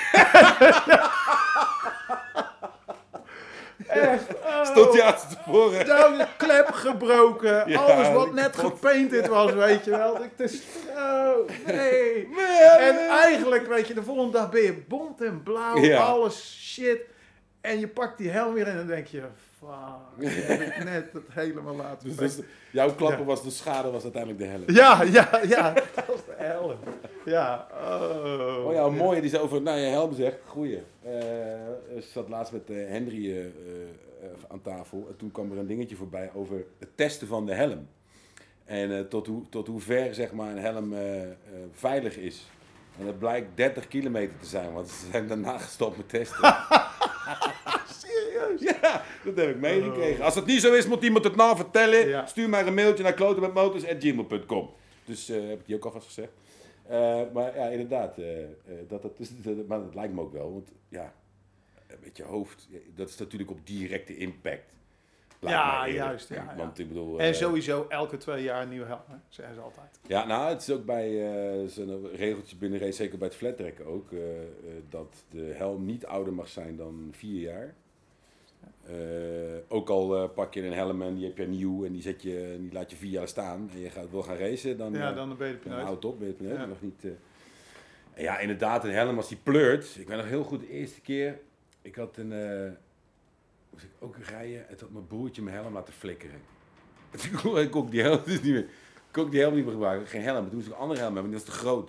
Echt. Oh. Stond je achter tevoren? Nou, de klep gebroken. Ja, alles wat net gepainted was, weet je wel. Ik dus, oh, nee. En eigenlijk, weet je, de volgende dag ben je bont en blauw. Ja. Alles shit. En je pakt die helm weer en dan denk je, fuck, heb ik net het helemaal laten dus, dus jouw klapper ja. was de schade, was uiteindelijk de helm. Ja, ja, ja, dat was de helm. Ja, oh. Oh ja, een mooie die ze over nou, je helm zegt, goeie. Uh, ik zat laatst met uh, Henry uh, uh, aan tafel en toen kwam er een dingetje voorbij over het testen van de helm. En uh, tot, hoe, tot hoe ver zeg maar, een helm uh, uh, veilig is. En dat blijkt dertig kilometer te zijn, want ze zijn daarna gestopt met testen. Serieus? Ja, dat heb ik meegekregen. Als het niet zo is, moet iemand het nou vertellen. Ja. Stuur maar een mailtje naar klotenmetmotors at gmail dot com. Dus uh, heb ik die ook alvast gezegd. Uh, maar ja, inderdaad. Uh, uh, dat, dat, is, dat, maar dat lijkt me ook wel. Want ja, met je hoofd, dat is natuurlijk op directe impact. Ja, juist. Ja, ja. Want, ik bedoel, en sowieso elke twee jaar een nieuwe helm, hè? Zeggen ze altijd. Ja, nou, het is ook bij uh, zo'n regeltje binnen race, zeker bij het flattrekken ook, uh, uh, dat de helm niet ouder mag zijn dan vier jaar. Uh, ook al uh, pak je een helm en die heb je nieuw en die, zet je, die laat je vier jaar staan en je gaat, wil gaan racen, dan, ja, dan ben je de dan houdt op, ben je de ja. nog niet. Uh, ja, inderdaad, een helm als die pleurt. Ik weet nog heel goed de eerste keer, ik had een... Uh, moest ik ook rijden en toen had mijn broertje mijn helm laten flikkeren. Ik kon die helm dus niet meer, kon die helm niet meer gebruiken, geen helm. Toen moest ik een andere helm hebben, die was te groot.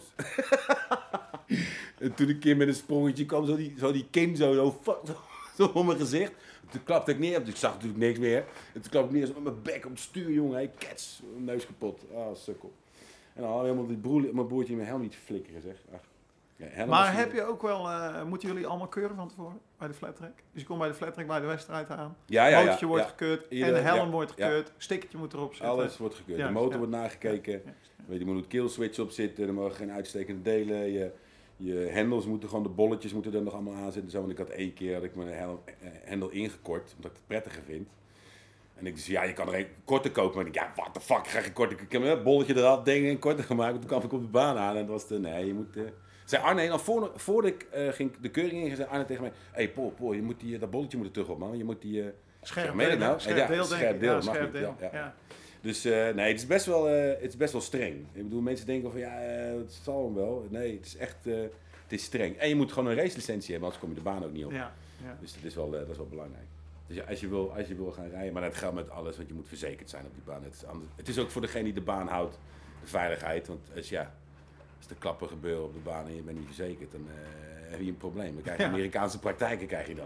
En toen een keer met een sprongetje kwam zo die, zo die kin zo, zo, zo, zo op mijn gezicht. Toen klapte ik neer, ik zag natuurlijk niks meer. En toen klapte ik neer zo met mijn bek op het stuur, jongen. Hey, kets, mijn neus kapot. Ah, oh, sukkel. En dan had helemaal die broer, mijn broertje mijn helm niet flikkeren, zeg. Ach. Ja, maar heb je ook wel, uh, moeten jullie allemaal keuren van tevoren bij de flat track? Dus je komt bij de flat track bij de wedstrijd aan. Ja, ja, motortje ja, wordt ja. gekeurd Ieder, en de helm ja, wordt gekeurd. Ja. Stickertje moet erop zitten. Alles wordt gekeurd. Ja, de motor ja. wordt nagekeken. Ja, ja. Weet je, er moet een kill switch op zitten. Er mogen geen uitstekende delen. Je, je hendels moeten gewoon, de bolletjes moeten er nog allemaal aan zitten. Zo, want ik had één keer had ik mijn helm, uh, hendel ingekort, omdat ik het prettiger vind. En ik zei, ja, je kan er een korter kopen. Maar ik dacht, ja, what the fuck, ik ga geen korter. Ik heb een bolletje eraf, dingen en korter gemaakt. Toen kwam ik op de baan aan en dat was de, nee, je moet... Uh, zei Arne, al voor, voordat ik uh, ging de keuring in, zei Arne tegen mij, hé hey, Paul, Paul, je moet die, dat bolletje moet er terug op, man. Je moet die... Uh, scherp deel, nou? scherp ja, deel, scherp deel, ja, scherp deel. Ja, ja. Ja. Dus uh, nee, het is, best wel, uh, het is best wel streng. Ik bedoel, mensen denken van, ja, uh, het zal hem wel. Nee, het is echt, uh, het is streng. En je moet gewoon een racelicentie hebben, anders kom je de baan ook niet op. Ja, ja. Dus dat is wel, uh, dat is wel belangrijk. Dus ja, als, je wil, als je wil gaan rijden, maar dat geldt met alles, want je moet verzekerd zijn op die baan. Het is, anders, het is ook voor degene die de baan houdt, de veiligheid. Want als, ja, als er klappen gebeuren op de baan en je bent niet verzekerd, dan uh, heb je een probleem. Dan krijg je ja. Amerikaanse praktijken krijg je dan.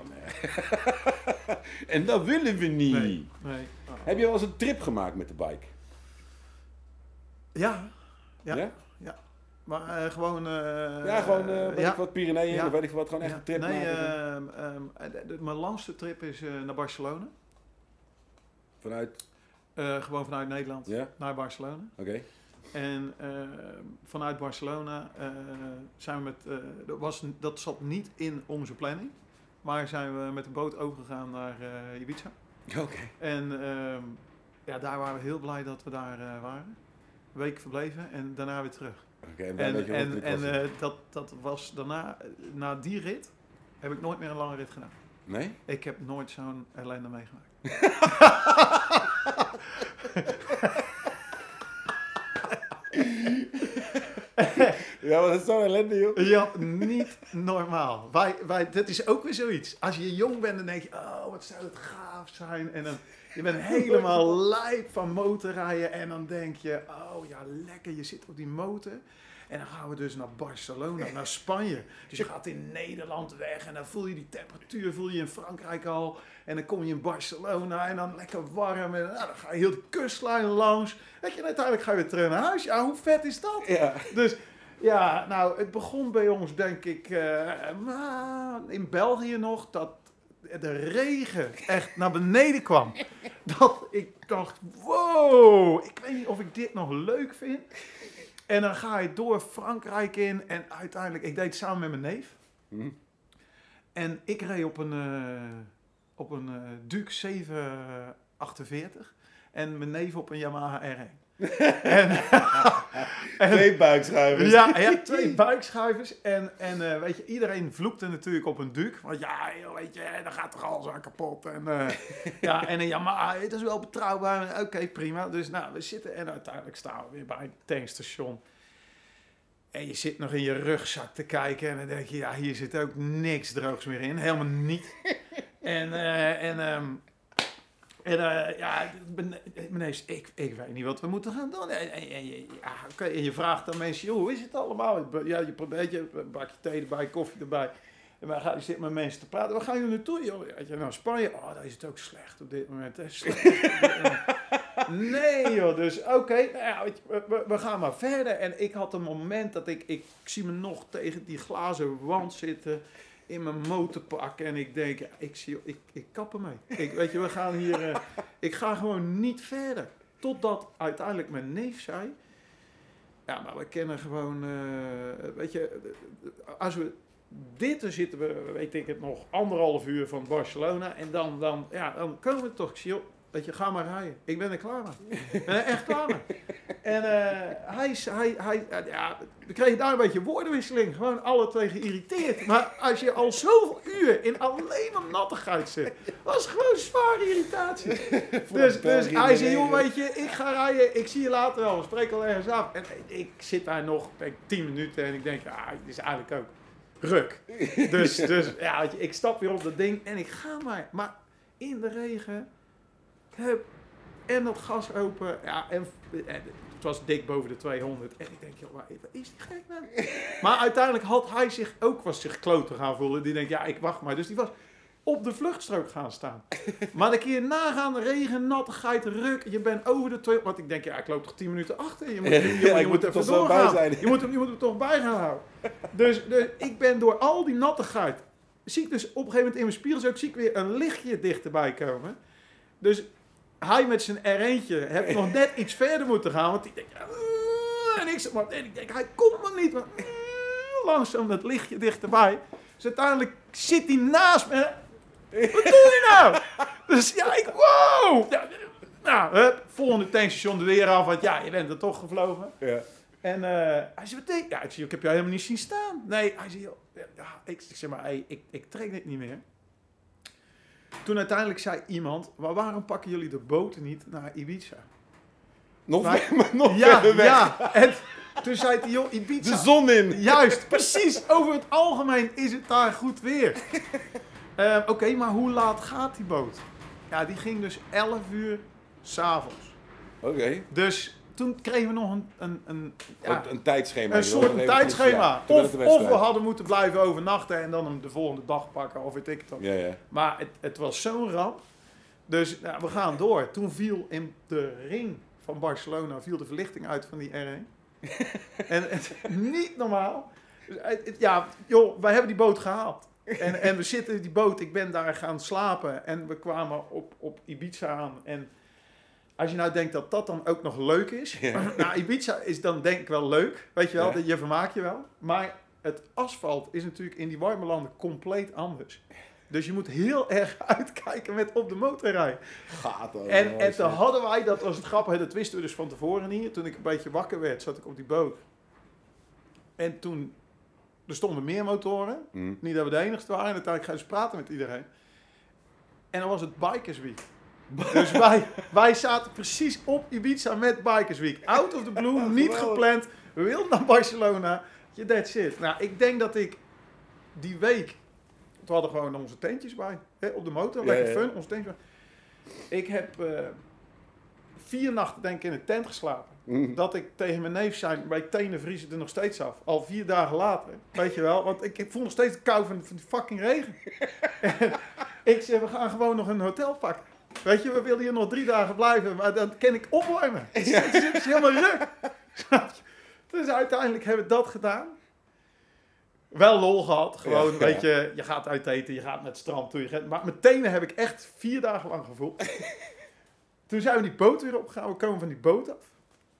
En dat willen we niet. Nee, nee. Oh. Heb je wel eens een trip gemaakt met de bike? Ja. Ja. Ja? Ja. Maar uh, gewoon... Uh, ja, gewoon uh, weet ja. ik wat, Pyreneeën ja. of weet ik wat, gewoon echt ja. een trip nee, maken. Uh, um, de, de, mijn langste trip is uh, naar Barcelona. Vanuit? Uh, gewoon vanuit Nederland ja? naar Barcelona. Oké. Okay. En uh, vanuit Barcelona uh, zijn we met... Uh, dat, was, dat zat niet in onze planning. Maar zijn we met de boot overgegaan naar uh, Ibiza. Oké. Okay. En uh, ja, daar waren we heel blij dat we daar uh, waren. Een week verbleven en daarna weer terug. Oké, okay, en en, en, en uh, dat, dat was daarna, na die rit, heb ik nooit meer een lange rit gedaan. Nee? Ik heb nooit zo'n ellende meegemaakt. Ja, maar dat is zo'n ellende, joh. Ja, niet normaal. Wij, wij, dat is ook weer zoiets. Als je jong bent, dan denk je, oh, wat zou het gaaf zijn. En dan, je bent helemaal lijp van motorrijden. En dan denk je, oh ja, lekker, je zit op die motor. En dan gaan we dus naar Barcelona, naar Spanje. Dus je gaat in Nederland weg en dan voel je die temperatuur, voel je in Frankrijk al. En dan kom je in Barcelona en dan lekker warm. En nou, dan ga je heel de kustlijn langs. Weet je, en uiteindelijk ga je weer terug naar huis. Ja, hoe vet is dat? Ja. Dus ja, nou, het begon bij ons, denk ik, uh, in België nog, dat de regen echt naar beneden kwam. Dat ik dacht, wow, ik weet niet of ik dit nog leuk vind. En dan ga je door Frankrijk in en uiteindelijk, ik deed het samen met mijn neef. Mm. En ik reed op een, uh, op een uh, Duke zevenhonderdachtenveertig en mijn neef op een Yamaha R één. en, en, twee buikschuivers. Ja, ja, twee buikschuivers. En, en uh, weet je, iedereen vloekte natuurlijk op een Duke. Want ja, joh, weet je, dan gaat toch alles aan kapot. En, uh, ja, en een Yamaha, dat is wel betrouwbaar. Oké, okay, prima. Dus nou, we zitten en uiteindelijk staan we weer bij een tankstation. En je zit nog in je rugzak te kijken. En dan denk je, ja, hier zit ook niks droogs meer in. Helemaal niet. en, uh, en... Um, En uh, ja, meneer, ik, ik weet niet wat we moeten gaan doen. En, en, en, ja, okay. En je vraagt aan mensen, joh, hoe is het allemaal? Ja, je probeert je een bakje thee erbij, koffie erbij. En dan ga je zitten met mensen te praten. Waar gaan jullie naartoe, joh? Ja, nou, Spanje? Oh, daar is het ook slecht op dit moment. Hè? Slecht op dit moment. Nee, joh. Dus oké, okay, nou ja, we, we gaan maar verder. En ik had een moment dat ik, ik, ik zie me nog tegen die glazen wand zitten in mijn motorpak en ik denk, ja, ik zie, ik, ik kap ermee. Ik, weet je, we gaan hier, uh, ik ga gewoon niet verder. Totdat uiteindelijk mijn neef zei, ja, maar we kennen gewoon, uh, weet je, als we dit, dan zitten we, weet ik het nog, anderhalf uur van Barcelona en dan, dan, ja, dan komen we toch. Ik zie, joh, weet je, ga maar rijden. Ik ben er klaar mee. Ik ben er echt klaar mee. En uh, hij, hij, hij, ja, we kregen daar een beetje woordenwisseling. Gewoon alle twee geïrriteerd. Maar als je al zoveel uur in alleen maar nattigheid zit, was het gewoon zware irritatie. dus dus hij zei, joh, weet je, ik ga rijden. Ik zie je later wel. We spreken al ergens af. En ik zit daar nog, denk tien minuten en ik denk, ja, het is eigenlijk ook ruk. Dus, dus ja, weet je, ik stap weer op dat ding en ik ga maar. Maar in de regen, hup, en dat gas open. Ja, en, en het was dik boven de tweehonderd. En ik denk, joh, wat is die gek nou? Maar uiteindelijk had hij zich ook was zich kloten gaan voelen. Die denkt, ja, ik wacht maar. Dus die was op de vluchtstrook gaan staan. Maar een keer nagaan, regen, nattigheid, ruk. Je bent over de tweehonderd. Want ik denk, ja, ik loop toch tien minuten achter. Je moet, je, je, je, ja, je moet, moet er toch bij zijn. Je moet, je moet er toch bij gaan houden. Dus, dus ik ben door al die nattigheid, zie ik dus op een gegeven moment in mijn spiegels ook, zie ik weer een lichtje dichterbij komen. Dus hij met zijn R eentje heeft nog net iets verder moeten gaan, want ik denk, uh, en, ik, maar, en ik denk, hij komt maar niet, maar, uh, langzaam dat lichtje dichterbij. Dus uiteindelijk zit hij naast me. Wat doe je nou? Dus ja, ik, wow! Ja, nou, hup, volgende tankstation er weer af, want ja, je bent er toch gevlogen. Ja. En uh, hij zei, wat denk je? Ja, ik zei, ik heb jou helemaal niet zien staan. Nee, hij zei, ja, ik, ik zeg maar, hey, ik, ik trek dit niet meer. Toen uiteindelijk zei iemand, maar waarom pakken jullie de boten niet naar Ibiza? Nog, maar, weg, maar nog ja, verder weg. Ja, en toen zei hij, joh, Ibiza. De zon in. Juist, precies. Over het algemeen is het daar goed weer. uh, Oké, okay, maar hoe laat gaat die boot? Ja, die ging dus elf uur 's avonds. Oké. Okay. Dus toen kregen we nog een... Een, een, ja, een, een tijdschema. Een soort een tijdschema. Ja, of, of we hadden moeten blijven overnachten en dan hem de volgende dag pakken, of weet ik het dan. Ja, ja. Maar het, het was zo'n ramp. Dus nou, we gaan door. Toen viel in de ring van Barcelona viel de verlichting uit van die R één. en het, niet normaal. Dus, het, ja, joh, wij hebben die boot gehaald. En, en we zitten in die boot, ik ben daar gaan slapen en we kwamen op, op Ibiza aan. En als je nou denkt dat dat dan ook nog leuk is. Ja. Nou, Ibiza is dan denk ik wel leuk, weet je wel, ja. Je vermaakt je wel. Maar het asfalt is natuurlijk in die warme landen compleet anders. Dus je moet heel erg uitkijken met op de motor rijden. Gaat ook. En, en toen hadden wij, dat was het grappige, dat wisten we dus van tevoren niet. Toen ik een beetje wakker werd, zat ik op die boot. En toen, er stonden meer motoren. Mm. Niet dat we de enigste waren. En uiteindelijk ga je dus praten met iedereen. En dan was het Bikers Week. Dus wij, wij zaten precies op Ibiza met Bikers Week. Out of the blue, niet gepland. We wilden naar Barcelona. That's it. Nou, ik denk dat ik die week... We hadden gewoon onze tentjes bij. Hè, op de motor. Lekker ja, ja. fun. Onze tentjes bij. Ik heb uh, vier nachten denk ik in een tent geslapen. Mm. Dat ik tegen mijn neef zei, mijn tenen vriezen er nog steeds af. Al vier dagen later. Weet je wel. Want ik, ik voel nog steeds de kou van, van die fucking regen. Ik zeg, we gaan gewoon nog een hotel pakken. Weet je, we willen hier nog drie dagen blijven. Maar dan kan ik opwarmen. Het ja. is, is helemaal ruk. Dus uiteindelijk hebben we dat gedaan. Wel lol gehad. Gewoon, ja, weet je, je gaat uit eten, je gaat naar het strand toe. Je gaat, maar mijn tenen heb ik echt vier dagen lang gevoeld. Toen zijn we die boot weer opgegaan. We komen van die boot af.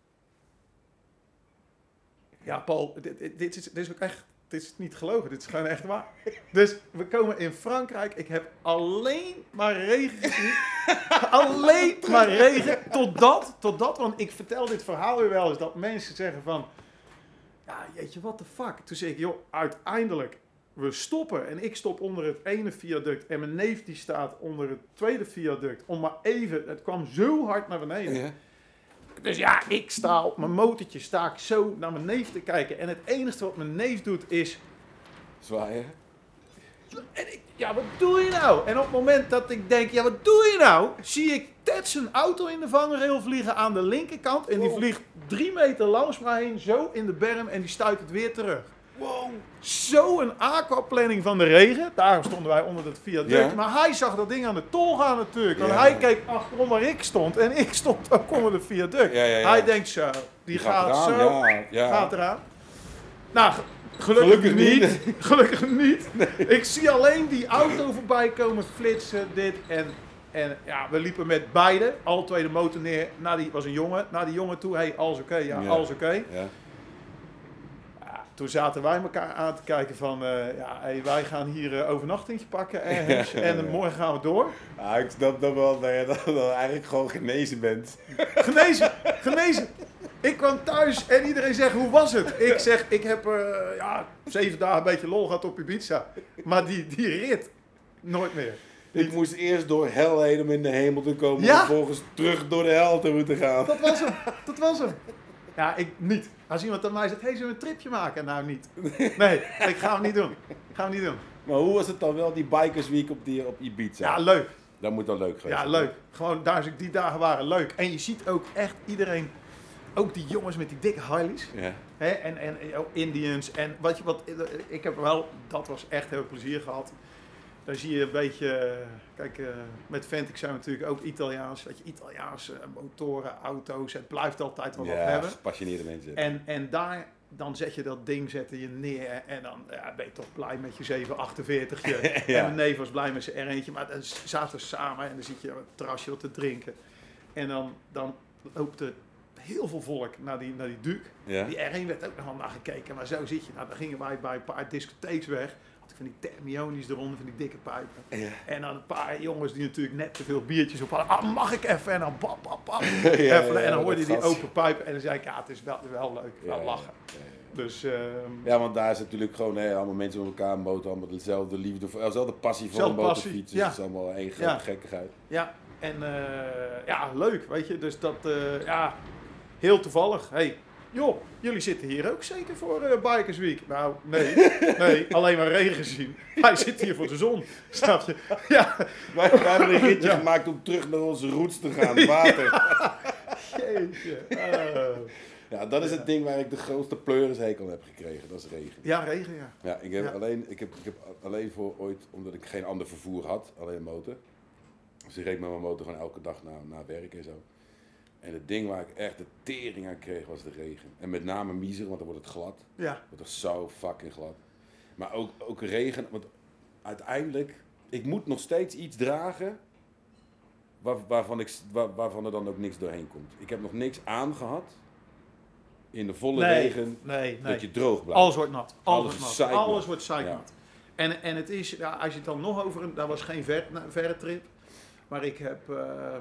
Ja, Paul, dit, dit, dit, is, dit is ook echt... Dit is niet gelogen, dit is gewoon echt waar. Dus we komen in Frankrijk. Ik heb alleen maar regen gezien. Alleen maar regen. Totdat, totdat, want ik vertel dit verhaal weer wel eens. Dat mensen zeggen van... Ja, jeetje, what the fuck. Toen zeg ik, joh, uiteindelijk, we stoppen. En ik stop onder het ene viaduct. En mijn neef die staat onder het tweede viaduct. Om maar even, het kwam zo hard naar beneden. Ja. Dus ja, ik sta op mijn motortje, sta ik zo naar mijn neef te kijken. En het enige wat mijn neef doet is... Zwaaien. En ik, ja, wat doe je nou? En op het moment dat ik denk, ja, wat doe je nou? Zie ik Ted zijn auto in de vangrail vliegen aan de linkerkant. En die wow. vliegt drie meter langs mij heen, zo in de berm. En die stuit het weer terug. Wow. Zo'n aquaplanning van de regen. Daarom stonden wij onder dat viaduct. Ja. Maar hij zag dat ding aan de tol gaan natuurlijk. Want ja. hij keek achterom waar ik stond. En ik stond ook onder de viaduct. Ja, ja, ja. Hij denkt zo. Die, die gaat, gaat zo. Ja, ja. Gaat eraan. Nou, gelukkig, gelukkig niet. niet. Gelukkig niet. Nee. Ik zie alleen die auto voorbij komen flitsen. Dit en... En ja, we liepen met beide. Alle twee de motor neer. Naar die was een jongen. Naar die jongen toe. Hey, alles oké? Okay? Ja, ja, alles oké. Okay. Ja. Toen zaten wij elkaar aan te kijken van, uh, ja, hey, wij gaan hier uh, overnachtingje pakken ergens ja, en ja. morgen gaan we door. Ja, ik snap dan wel dat je dan, dan eigenlijk gewoon genezen bent. Genezen, genezen. Ik kwam thuis en iedereen zegt, hoe was het? Ik zeg, ik heb uh, ja, zeven dagen een beetje lol gehad op Ibiza. Maar die, die rit, nooit meer. Ik moest eerst door hel heen om in de hemel te komen, ja? en vervolgens terug door de hel te moeten gaan. Dat was hem, dat was hem. Ja, ik niet. Als iemand aan mij zegt, hé, zullen we een tripje maken? Nou, niet. Nee, ik ga hem niet doen. Ik ga hem niet doen. Maar hoe was het dan wel, die Bikers Week op, die, op Ibiza? Ja, leuk. Dat moet dan leuk geweest Ja, leuk. Gewoon, daar, die dagen waren leuk. En je ziet ook echt iedereen, ook die jongens met die dikke Harleys. Ja. Hè, en, en oh, Indians. En wat je, wat, ik heb wel, dat was echt heel plezier gehad. Daar zie je een beetje, kijk, uh, met Ventic zijn we natuurlijk ook Italiaans, weet je, Italiaanse motoren, auto's, het blijft altijd wel ja, wat hebben. Gepassioneerde mensen. En, en daar, dan zet je dat ding, zette je neer en dan ja, ben je toch blij met je zeven achtenveertigje. ja. En mijn neef was blij met zijn R eentje, maar dan zaten we samen en dan zit je op het terrasje wat te drinken. En dan, dan loopt er heel veel volk naar die, naar die Duke. Ja. Die R één werd ook nog wel naar gekeken, maar zo zit je. Nou, dan gingen wij bij een paar discotheeks weg. Van die Termioni's eronder, van die dikke pijpen. Ja. En dan een paar jongens die natuurlijk net te veel biertjes op hadden. Ah, mag ik even? En dan bap, bap, bap. ja, ja, ja, en dan hoorde je die open pijpen. En dan zei ik, ja, het is wel, wel leuk. Ja, wel lachen. Ja, ja, ja. Dus, um, ja, want daar is natuurlijk gewoon hè, allemaal mensen met elkaar, een motor, allemaal dezelfde liefde, voor, dezelfde passie voor een motorfiets. Dus ja. Het is allemaal één grote ja. gekkigheid. Ja, en uh, ja, leuk, weet je. Dus dat, uh, ja, heel toevallig. Hey, joh, jullie zitten hier ook zeker voor uh, Bikers Week? Nou, nee, nee, alleen maar regen zien. Wij zitten hier voor de zon, snap je? Ja. Wij, wij hebben een ritje ja. gemaakt om terug naar onze roots te gaan, water. Ja. Jeetje. Uh. Ja, dat is het ding waar ik de grootste pleurishekel heb gekregen, dat is regen. Ja, regen, ja. Ja, ik heb, ja. Alleen, ik heb, ik heb alleen voor ooit, omdat ik geen ander vervoer had, alleen een motor. Dus ik reed met mijn motor gewoon elke dag naar, naar werk en zo. En het ding waar ik echt de tering aan kreeg was de regen. En met name miser, want dan wordt het glad. Ja. Het is zo fucking glad. Maar ook, ook regen, want uiteindelijk, ik moet nog steeds iets dragen waar, waarvan, ik, waar, waarvan er dan ook niks doorheen komt. Ik heb nog niks aangehad in de volle nee, regen nee, nee. dat je droog blijft. Alles wordt nat. Alles, Alles wordt is nat. zeiknat. Alles wordt zeiknat. Ja. En, en het is, ja, als je het dan nog over, een, dat was geen ver, nou, verre trip, maar ik heb, uh,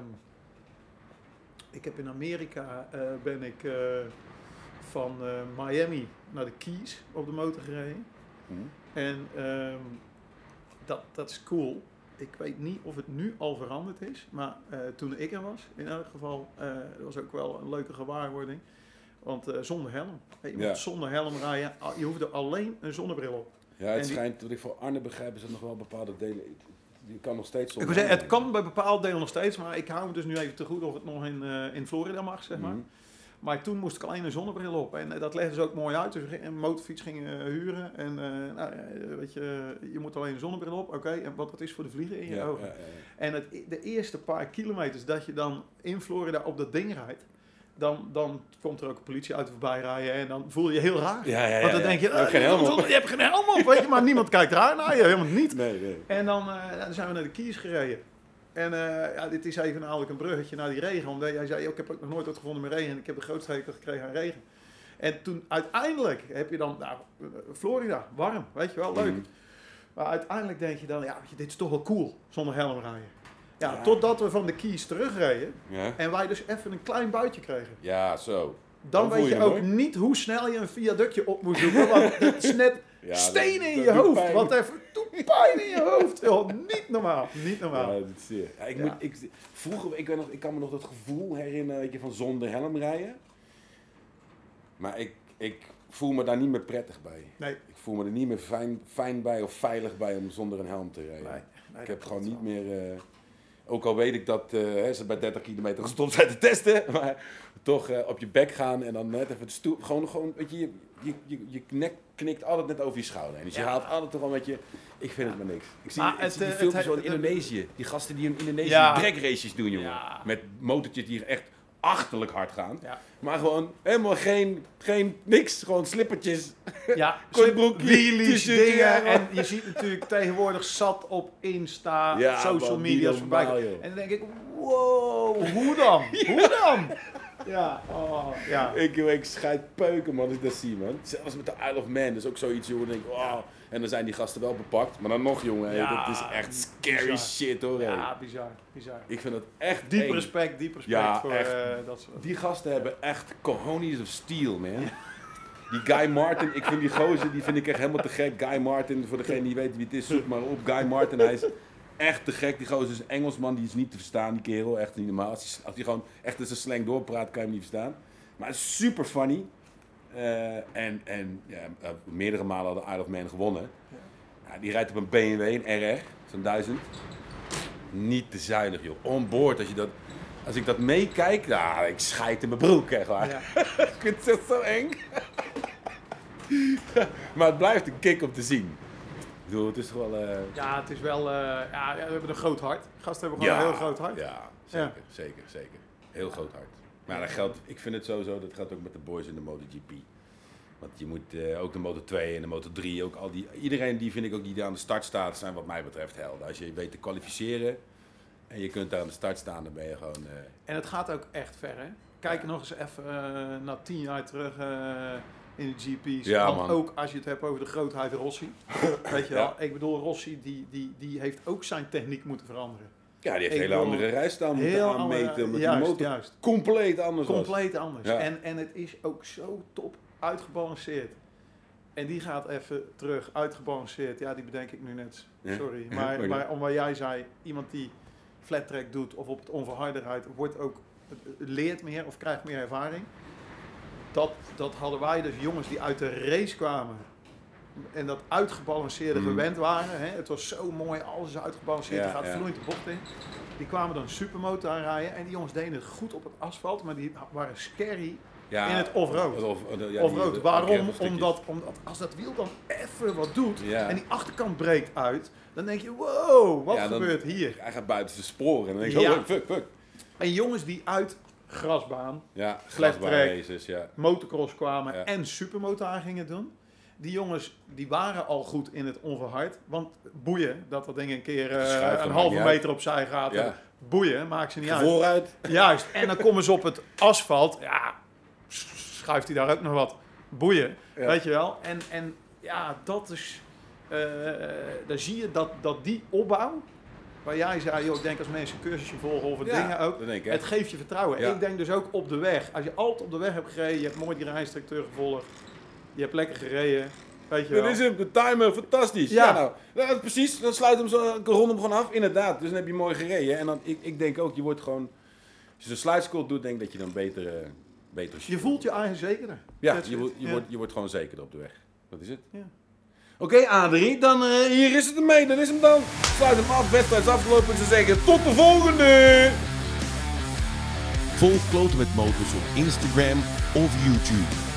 ik heb in Amerika uh, ben ik uh, van uh, Miami naar de Keys op de motor gereden. Hmm. En um, dat, dat is cool. Ik weet niet of het nu al veranderd is, maar uh, toen ik er was, in elk geval, uh, dat was ook wel een leuke gewaarwording. Want uh, zonder helm. Hey, je Ja. moet zonder helm rijden. Je hoefde alleen een zonnebril op. Ja, het En die- schijnt, wat ik voor Arne begrijp, is dat nog wel bepaalde delen. Je kan nog steeds Ik zonder. wil zeggen, het kan bij bepaalde delen nog steeds, maar ik hou me dus nu even te goed of het nog in, uh, in Florida mag, zeg maar. Mhm. Maar toen moest ik alleen een zonnebril op en uh, dat legde ze ook mooi uit. Dus we gingen een motorfiets gingen uh, huren en uh, nou, uh, weet je, je moet alleen een zonnebril op, oké. Okay. En wat dat is voor de vliegen in je Ja, ogen. ja, ja, ja. En het, de eerste paar kilometers dat je dan in Florida op dat ding rijdt, dan, dan komt er ook een politieauto voorbij rijden en dan voel je je heel raar. Ja, ja, ja, Want dan ja. denk je, Je hebt uh, geen helm op. je hebt geen helm op, weet je, maar niemand kijkt raar naar je, helemaal niet. Nee, nee. En dan, uh, dan zijn we naar de Keys gereden. En uh, ja, dit is even eigenlijk een bruggetje naar die regen. Omdat jij zei, ik heb ook nog nooit wat gevonden met regen. En ik heb de grootste hekel gekregen aan regen. En toen uiteindelijk heb je dan, nou, Florida, warm, weet je wel, leuk. Mm. Maar uiteindelijk denk je dan, ja, dit is toch wel cool, zonder helm rijden. Ja, Ja. totdat we van de Keys terugreden. Ja? En wij dus even een klein buitje kregen. Ja, zo. Dan, Dan voel weet je je ook hem, hoor. niet hoe snel je een viaductje op moet zoeken. Want het is net Ja, stenen in dat- je dat doet hoofd. pijn. Wat even doet pijn in je hoofd. Joh, niet normaal, niet normaal. Ja, dat is zeer. Ja, ik, Ja. moet, ik, vroeger, ik, weet nog, ik kan me nog dat gevoel herinneren weet je, van zonder helm rijden. Maar ik, ik voel me daar niet meer prettig bij. Nee. Ik voel me er niet meer fijn, fijn bij of veilig bij om zonder een helm te rijden. Nee, nee, ik dat heb gewoon klopt niet wel. meer... Uh, ook al weet ik dat uh, hè, ze bij dertig kilometer gestopt zijn te testen. Maar toch uh, op je bek gaan en dan net even stoep. Gewoon, gewoon weet je, je, je, je, je nek knikt altijd net over je schouder. En dus je Ja. haalt altijd toch wel met je... Ik vind het maar niks. Ik zie, Maar ik het, zie die eh, filmpjes het- van in het- Indonesië. Die gasten die in Indonesië Ja. dragraces doen, jongen. Ja. Met motortjes die echt achterlijk hard gaan. Ja. Maar gewoon helemaal geen, geen niks. Gewoon slippertjes. Ja, Kort broekje, wheelies, t-shirtje, dingen. ja. En je ziet natuurlijk tegenwoordig zat op Insta, Ja, social man, media's niet voorbij. normaal, joh. En dan denk ik, wow, hoe dan? Hoe dan? Ja, oh, ja. Ik, ik scheid peuken, man, als ik dat zie, man. Zelfs met de Isle of Man, dat is ook zoiets, jongen. Dan denk ik, wow. En dan zijn die gasten wel bepakt. Maar dan nog, jongen, hé, Ja, dat is echt scary bizar. shit, hoor. hé. Ja, bizar, bizar. Ik vind dat echt Diep eng. respect, diep respect Ja, voor echt. uh, dat soort... Die gasten hebben echt cojones of steel, man. Die Guy Martin, ik vind die gozer, die vind ik echt helemaal te gek. Guy Martin, voor degene die weet wie het is, zoek maar op. Guy Martin, hij is echt te gek. Die gozer is een Engelsman, die is niet te verstaan, die kerel. Echt niet normaal. Als hij, als hij gewoon echt in zijn slang doorpraat, kan je hem niet verstaan. Maar het is super funny. Uh, en en ja, uh, meerdere malen hadden Isle of Man gewonnen. Ja, die rijdt op een B M W, een R R, zo'n duizend. Niet te zuinig, joh. Onboard, als je dat... Als ik dat meekijk, nou, ik scheid in mijn broek, echt waar. Ja. Ik vind het echt zo eng. Maar het blijft een kick om te zien. Ik bedoel, het is wel... Uh... Ja, het is wel... Uh, ja, we hebben een groot hart. Gasten hebben gewoon een heel groot hart. Ja, zeker, zeker, zeker. Heel groot hart. Maar dat geldt, ik vind het sowieso, dat geldt ook met de boys in de MotoGP. Want je moet uh, ook de Moto twee en de Moto drie, ook al die, iedereen die vind ik ook die daar aan de start staat, zijn wat mij betreft helden. Als je weet te kwalificeren en je kunt daar aan de start staan, dan ben je gewoon... Uh... En het gaat ook echt ver, hè? Kijk nog eens even uh, naar tien jaar terug uh, in de G P's. Ja, Want man. ook als je het hebt over de grootheid Rossi. Weet je wel? Ja. Ik bedoel, Rossi die, die, die heeft ook zijn techniek moeten veranderen. Ja, die heeft Ik hele bedoel, andere rijstijl moeten heel aanmeten, andere- omdat juist, die motor juist. compleet anders was. Compleet anders. Ja. En, en het is ook zo top uitgebalanceerd. En die gaat even terug, uitgebalanceerd. Ja, die bedenk ik nu net. Ja. Sorry. Ja, Maar, maar maar omdat jij zei, iemand die flat track doet of op het onverharde rijdt, wordt ook, leert meer of krijgt meer ervaring. Dat, dat hadden wij dus jongens die uit de race kwamen. En dat uitgebalanceerde Mm. gewend waren. Hè? Het was zo mooi, alles is uitgebalanceerd. Ja, er gaat ja. vloeiend de bocht in. Die kwamen dan supermotor aanrijden. En die jongens deden het goed op het asfalt. Maar die waren scary Ja, in het off-road. Of, ja, off-road. die- Waarom? stukjes. Omdat, omdat als dat wiel dan even wat doet. Ja. En die achterkant breekt uit. Dan denk je, wow, wat Ja, dan- gebeurt hier? Hij gaat buiten zijn sporen en dan denk je, Ja. oh, fuck, fuck. En jongens die uit grasbaan, Ja, flat grasbaan track, races, ja. motocross kwamen Ja. en supermotor gingen doen. Die jongens die waren al goed in het onverhard. Want boeien, dat dat ding een keer uh, Schuift, dat een maakt halve niet meter opzij gaat. Ja. Boeien, maakt ze niet uit. Vooruit. Juist, en dan komen ze op het asfalt. Ja, schuift hij daar ook nog wat. Boeien, Ja. weet je wel. En, en ja, dat is... Uh, dan zie je dat, dat die opbouw... Waar jij zei, joh, ik denk als mensen een cursusje volgen over Ja, dingen ook. dat denk ik, hè. Het geeft je vertrouwen. Ja. Ik denk dus ook op de weg. Als je altijd op de weg hebt gereden, je hebt mooi die rijinstructeur gevolgd. Je hebt lekker gereden. Weet je Dat wel. is hem, de timer, fantastisch. Ja. Ja, nou, ja, precies, dan sluit hem zo, rond hem gewoon af, inderdaad. Dus dan heb je mooi gereden. En dan, ik, ik denk ook, je wordt gewoon, als je de sluitscode doet, denk ik dat je dan beter, uh, beter Je voelt je eigen zekerder. Ja, That's je, it. wordt, je, Ja. wordt, je wordt gewoon zekerder op de weg. Dat is het. Ja. Oké, okay, Adrie, dan uh, hier is het ermee. Dat is hem dan. Sluit hem af, wedstrijd is afgelopen. Ze zeggen tot de volgende! Volg Kloten met Motors op Instagram of YouTube.